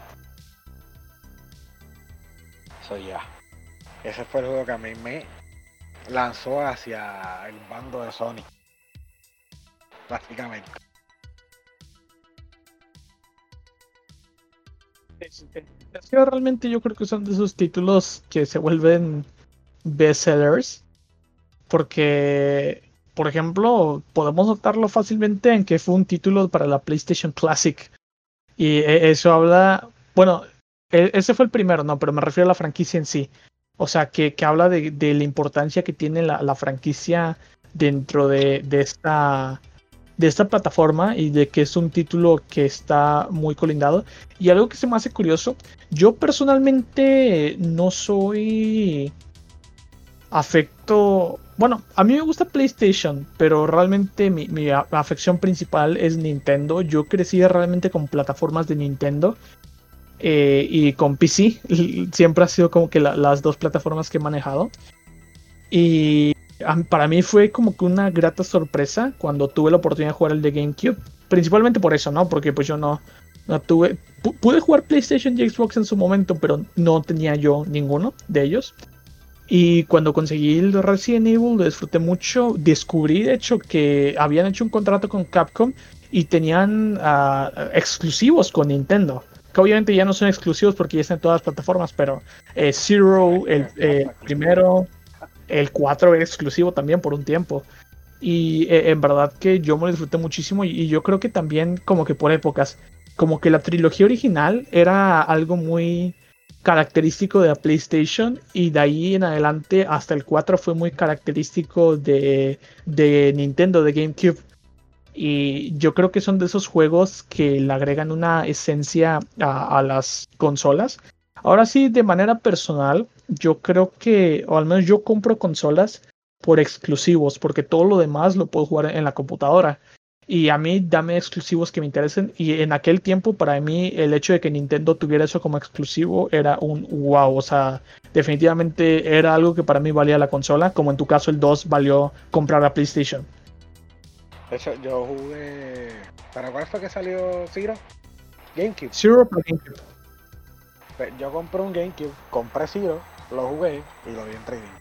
So ya. Yeah. Ese fue el juego que a mí me lanzó hacia el bando de Sony. Básicamente. Es es que realmente yo creo que son de esos títulos que se vuelven bestsellers. Porque, por ejemplo, podemos notarlo fácilmente en que fue un título para la PlayStation Classic. Y e- eso habla, bueno, e- ese fue el primero, no, pero me refiero a la franquicia en sí. O sea, que, que habla de, de la importancia que tiene la, la franquicia dentro de, de esta, de esta plataforma y de que es un título que está muy colindado. Y algo que se me hace curioso, yo personalmente no soy afecto. Bueno, a mí me gusta PlayStation, pero realmente mi, mi a- afección principal es Nintendo. Yo crecí realmente con plataformas de Nintendo eh, y con P C. Siempre ha sido como que la- las dos plataformas que he manejado. Y a- para mí fue como que una grata sorpresa cuando tuve la oportunidad de jugar el de GameCube. Principalmente por eso, ¿no? Porque pues yo no, no tuve. pu- Pude jugar PlayStation y Xbox en su momento, pero no tenía yo ninguno de ellos. Y cuando conseguí el Resident Evil lo disfruté mucho. Descubrí, de hecho, que habían hecho un contrato con Capcom y tenían uh, exclusivos con Nintendo. Que obviamente ya no son exclusivos porque ya están en todas las plataformas, pero eh, Zero, el eh, Exacto, exclusivo. primero, el cuatro era exclusivo también por un tiempo. Y eh, en verdad que yo me lo disfruté muchísimo y, y yo creo que también como que por épocas, como que la trilogía original era algo muy característico de la PlayStation y de ahí en adelante hasta el cuatro fue muy característico de, de Nintendo, de GameCube. Y yo creo que son de esos juegos que le agregan una esencia a, a las consolas. Ahora sí, de manera personal, yo creo que, o al menos yo compro consolas por exclusivos, porque todo lo demás lo puedo jugar en la computadora. Y a mí dame exclusivos que me interesen. Y en aquel tiempo, para mí, el hecho de que Nintendo tuviera eso como exclusivo era un wow. O sea, definitivamente era algo que para mí valía la consola. Como en tu caso, el dos valió comprar la PlayStation. De hecho, yo jugué. ¿Para cuál fue que salió Zero? GameCube. Zero para GameCube. Yo compré un GameCube, compré Zero, lo jugué y lo vi en trading.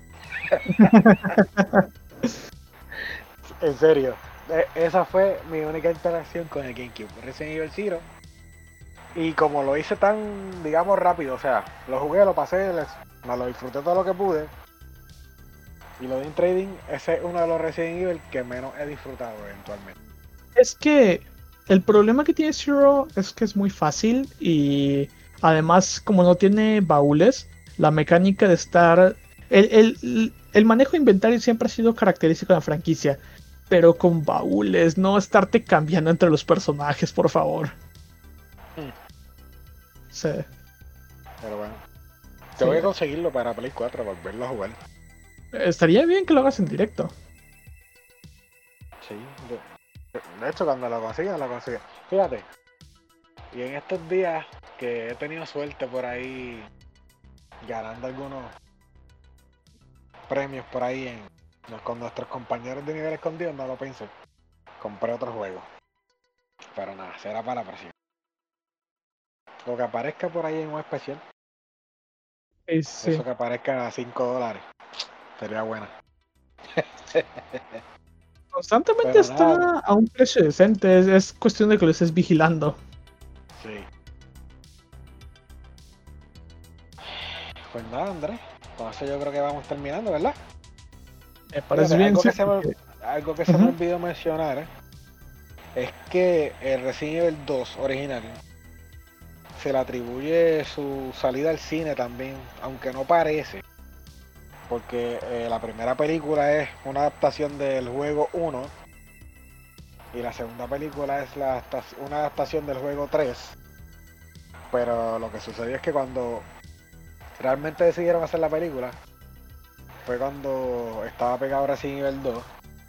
En serio. Esa fue mi única interacción con el GameCube, Resident Evil Zero. Y como lo hice tan, digamos, rápido, o sea, lo jugué, lo pasé, les, me lo disfruté todo lo que pude. Y lo di en trading, ese es uno de los Resident Evil que menos he disfrutado eventualmente. Es que el problema que tiene Zero es que es muy fácil y además como no tiene baúles, la mecánica de estar... El, el, el manejo de inventario siempre ha sido característico de la franquicia. Pero con baúles, no estarte cambiando entre los personajes, por favor. Hmm. Sí. Pero bueno. Te sí. voy a conseguirlo para Play cuatro, para volverlo a jugar. Estaría bien que lo hagas en directo. Sí. De, de hecho, cuando lo consiga, lo consiga. Fíjate. Y en estos días que he tenido suerte por ahí, ganando algunos premios por ahí en... con nuestros compañeros de nivel escondido, no lo pensé. Compré otro juego. Pero nada, será para la próxima. Lo que aparezca por ahí en un especial. Sí. Eso que aparezca a cinco dólares. Sería buena. Constantemente pero está nada. A un precio decente. Es, es cuestión de que lo estés vigilando. Sí. Pues nada, Andrés. Entonces yo creo que vamos terminando, ¿verdad? Me parece bien. Algo sí. que se me, algo que uh-huh. se me olvidó mencionar, ¿eh? Es que el Resident Evil dos original se le atribuye su salida al cine también, aunque no parece, porque eh, la primera película es una adaptación del juego uno y la segunda película es la, una adaptación del juego tres, pero lo que sucedió es que cuando realmente decidieron hacer la película fue cuando estaba pegado Resident Evil dos,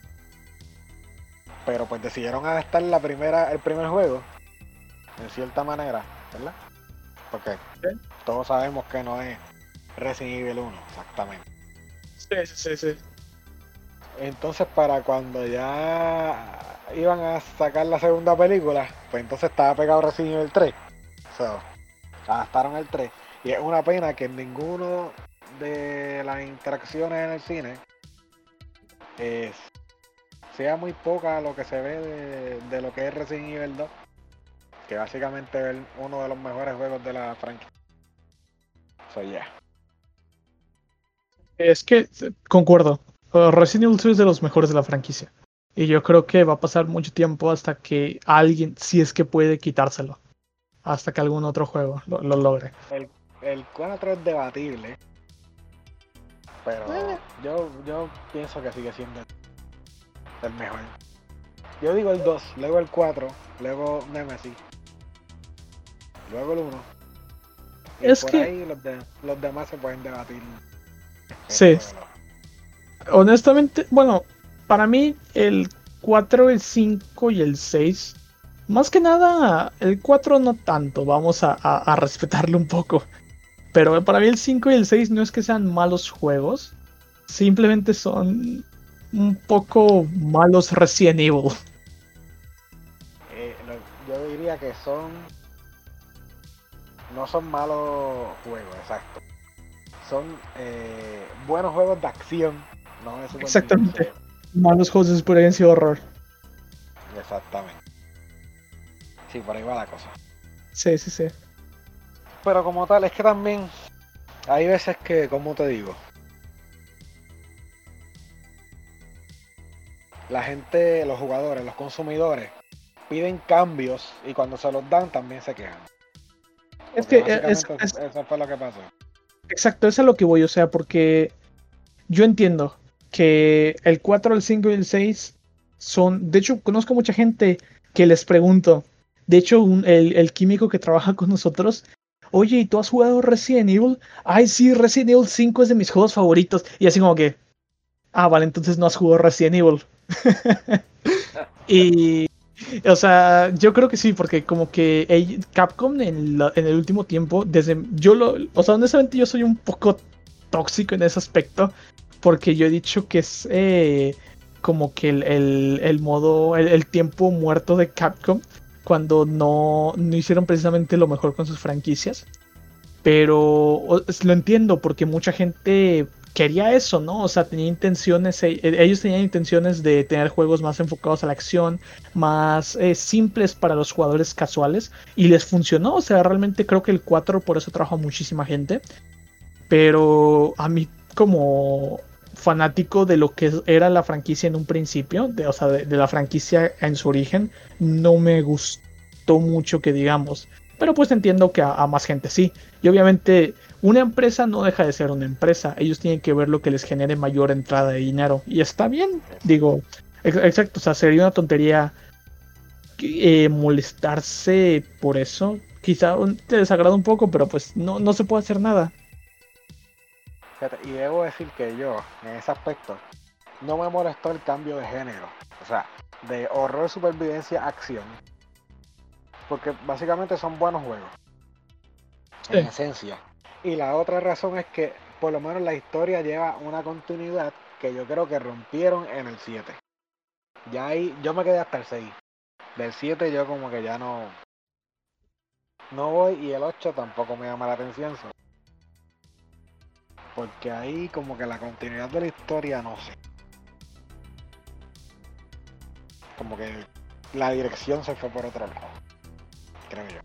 pero pues decidieron adaptar la primera, el primer juego en cierta manera, ¿verdad? Porque ¿sí? Todos sabemos que no es Resident Evil uno, exactamente. Sí, sí, sí. Entonces para cuando ya iban a sacar la segunda película, pues entonces estaba pegado Resident Evil tres. So, adaptaron el tres. Y es una pena que ninguno de las interacciones en el cine es, sea muy poca lo que se ve de, de lo que es Resident Evil dos, que básicamente es uno de los mejores juegos de la franquicia. So, yeah. Es que concuerdo, uh, Resident Evil dos es de los mejores de la franquicia y yo creo que va a pasar mucho tiempo hasta que alguien, si es que puede, quitárselo, hasta que algún otro juego lo, lo logre. El, el cuatro es debatible, pero eh. yo, yo pienso que sigue siendo el mejor. Yo digo el dos, luego el cuatro, luego Nemesis, luego el uno. Y es por que ahí los, de, los demás se pueden debatir. Sí. Honestamente, bueno, para mí el cuatro, el cinco y el seis, más que nada, el cuatro no tanto, vamos a, a, a respetarlo un poco. Pero para mí el cinco y el seis no es que sean malos juegos, simplemente son un poco malos Resident Evil. Eh, lo, yo diría que son... No son malos juegos, exacto. Son eh, buenos juegos de acción. No es exactamente. Malos juegos de experiencia y horror. Exactamente. Sí, por ahí va la cosa. Sí, sí, sí. Pero como tal, es que también hay veces que, como te digo, la gente, los jugadores, los consumidores piden cambios y cuando se los dan también se quejan. Es que es, es, eso fue lo que pasó. Exacto, eso es a lo que voy, o sea, porque yo entiendo que el cuatro, el cinco y el seis son, de hecho, conozco mucha gente que les pregunto, de hecho, un, el, el químico que trabaja con nosotros, oye, ¿y tú has jugado Resident Evil? Ay, sí, Resident Evil cinco es de mis juegos favoritos, y así como que, Ah, vale, entonces no has jugado Resident Evil. Y, o sea, yo creo que sí, porque como que ell- Capcom en, la- en el último tiempo, desde yo lo, o sea, honestamente yo soy un poco tóxico en ese aspecto, porque yo he dicho que es eh, como que el, el- el modo, el, el tiempo muerto de Capcom, cuando no, no hicieron precisamente lo mejor con sus franquicias. Pero o- lo entiendo porque mucha gente quería eso, ¿no? O sea, tenía intenciones, e- e- ellos tenían intenciones de tener juegos más enfocados a la acción, más eh, simples para los jugadores casuales y les funcionó. O sea, realmente creo que el cuatro por eso trajo a muchísima gente. Pero a mí como fanático de lo que era la franquicia en un principio, de, o sea, de, de la franquicia en su origen, no me gustó mucho que digamos. Pero pues entiendo que a, a más gente sí. Y obviamente una empresa no deja de ser una empresa. Ellos tienen que ver lo que les genere mayor entrada de dinero. Y está bien, digo, ex- exacto, o sea, sería una tontería eh, molestarse por eso. Quizá un- te desagrada un poco, pero pues no, no se puede hacer nada. Fíjate, y debo decir que yo, en ese aspecto, no me molestó el cambio de género. O sea, de horror, supervivencia, acción. Porque básicamente son buenos juegos, en Sí. esencia. Y la otra razón es que por lo menos la historia lleva una continuidad que yo creo que rompieron en el siete. Ya ahí, yo me quedé hasta el seis. Del siete yo como que ya no, no voy y el ocho tampoco me llama la atención. So, porque ahí como que la continuidad de la historia no sé. Como que la dirección se fue por otro lado, creo yo.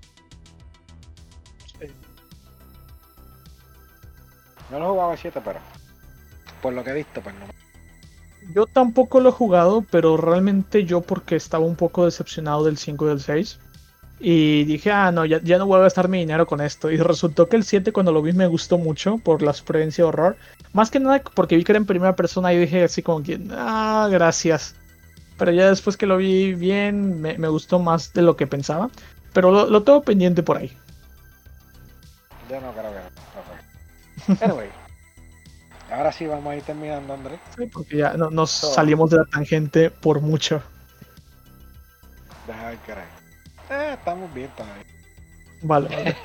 No lo he jugado el siete, pero por lo que he visto, pues no. Yo tampoco lo he jugado, pero realmente yo porque estaba un poco decepcionado del cinco y del seis. Y dije, ah, no, ya, ya no voy a gastar mi dinero con esto. Y resultó que el siete cuando lo vi me gustó mucho por la supervivencia de horror. Más que nada porque vi que era en primera persona y dije así como que, ah, gracias. Pero ya después que lo vi bien, me, me gustó más de lo que pensaba. Pero lo, lo tengo pendiente por ahí. Yo no creo que no. No. Anyway, ahora sí vamos a ir terminando, Andrés. Sí, porque ya no, nos So, salimos de la tangente por mucho. deja ver qué hora es. Eh, estamos bien todavía. Vale, vale.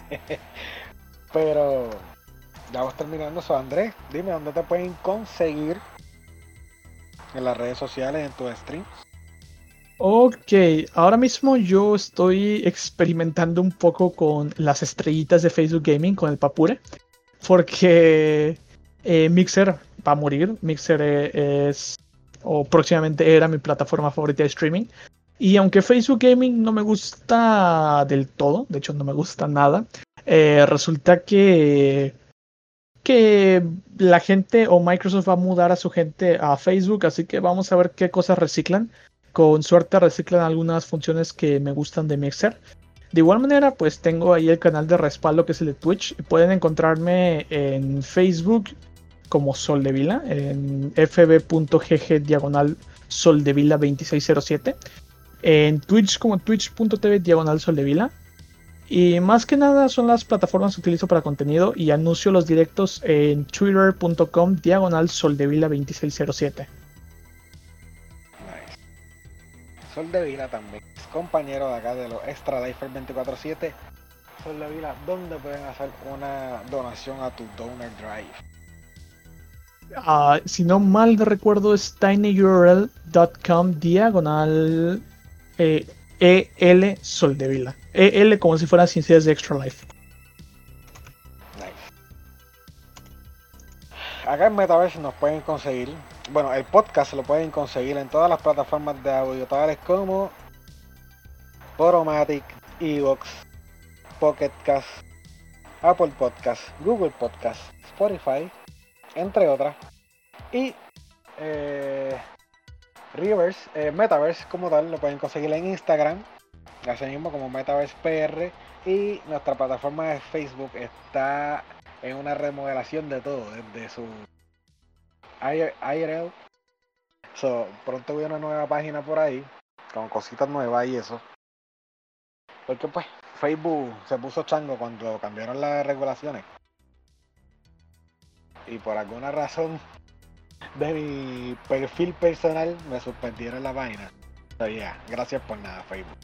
Pero ya vamos terminando. So, Andrés, dime dónde te pueden conseguir en las redes sociales, en tu stream. Ok, ahora mismo yo estoy experimentando un poco con las estrellitas de Facebook Gaming, con el Papure, porque eh, Mixer va a morir. Mixer eh, es, o próximamente era mi plataforma favorita de streaming. Y aunque Facebook Gaming no me gusta del todo, de hecho no me gusta nada, eh, resulta que, que la gente o Microsoft va a mudar a su gente a Facebook, así que vamos a ver qué cosas reciclan. Con suerte reciclan algunas funciones que me gustan de Mixer. De igual manera, pues tengo ahí el canal de respaldo que es el de Twitch. Pueden encontrarme en Facebook como Soldevila, en fb.gg diagonal Soldevila veintiséis cero siete, en Twitch como twitch.tv diagonal Soldevila. Y más que nada son las plataformas que utilizo para contenido y anuncio los directos en twitter.com diagonal Soldevila veintiséis cero siete. Nice. Sol de Vila también es compañero de acá de los Extra Life veinticuatro siete. Sol de Vila, ¿dónde pueden hacer una donación a tu Donor Drive? Uh, si no mal recuerdo es tinyurl.com diagonal eh, el Soldevila. El como si fueran ciencias de Extra Life. Nice. Acá en Metaverse nos pueden conseguir, bueno, el podcast lo pueden conseguir en todas las plataformas de audio, tales como Podomatic, Evox, Pocket Cast, Apple Podcast, Google Podcast, Spotify, entre otras. Y eh, Reverse, eh, Metaverse como tal, lo pueden conseguir en Instagram, así mismo como Metaverse P R. Y nuestra plataforma de Facebook está en una remodelación de todo, desde su I R L. So, pronto voy a una nueva página por ahí, con cositas nuevas y eso. Porque pues Facebook se puso chango cuando cambiaron las regulaciones. Y por alguna razón de mi perfil personal me suspendieron la página. So, yeah, gracias por nada, Facebook.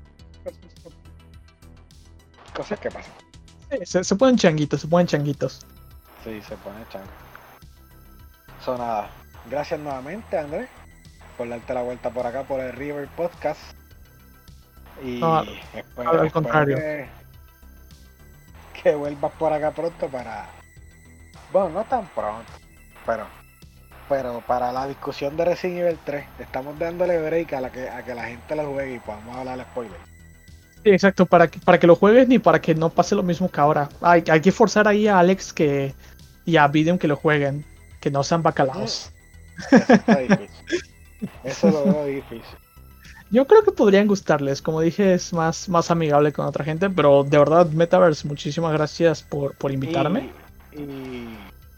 Cosas que pasan. Sí, se, se ponen changuitos, se ponen changuitos. Sí, se pone chango. So, nada, gracias nuevamente, Andrés, por darte la vuelta por acá por el River Podcast. Y No, espero, al espero contrario. que, que vuelvas por acá pronto para... Bueno, no tan pronto, pero pero para la discusión de Resident Evil tres, estamos dándole break a, la que, a que la gente lo juegue y podamos hablar de spoiler. Sí, exacto, para que, para que lo juegues ni para que no pase lo mismo que ahora. Hay, hay que forzar ahí a Alex que y a Videum que lo jueguen, que no sean bacalaos. Mm, eso está difícil. Eso lo veo difícil. Yo creo que podrían gustarles, como dije, es más, más amigable con otra gente, pero de verdad, Metaverse, muchísimas gracias por, por invitarme. Y, y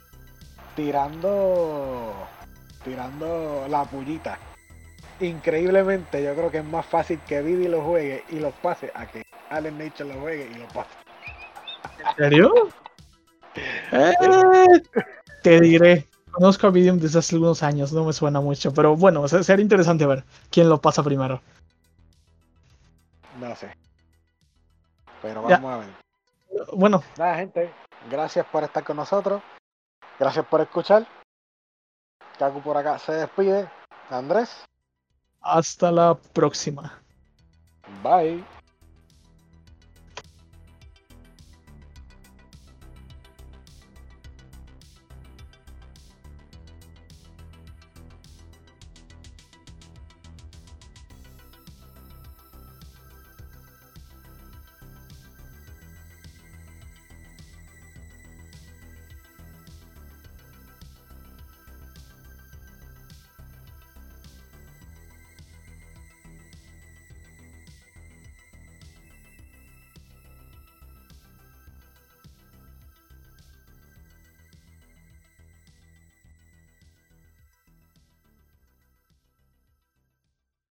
tirando tirando la pullita. Increíblemente, yo creo que es más fácil que Vivi lo juegue y lo pase a que Allen Nature lo juegue y lo pase. ¿En serio? Eh, te diré. Conozco a Videum desde hace algunos años, no me suena mucho, pero bueno, se- sería interesante ver quién lo pasa primero. No sé. Pero Ya, vamos a ver. bueno, Nada, gente. Gracias por estar con nosotros. Gracias por escuchar. Kaku por acá se despide. Andrés. hasta la próxima. Bye.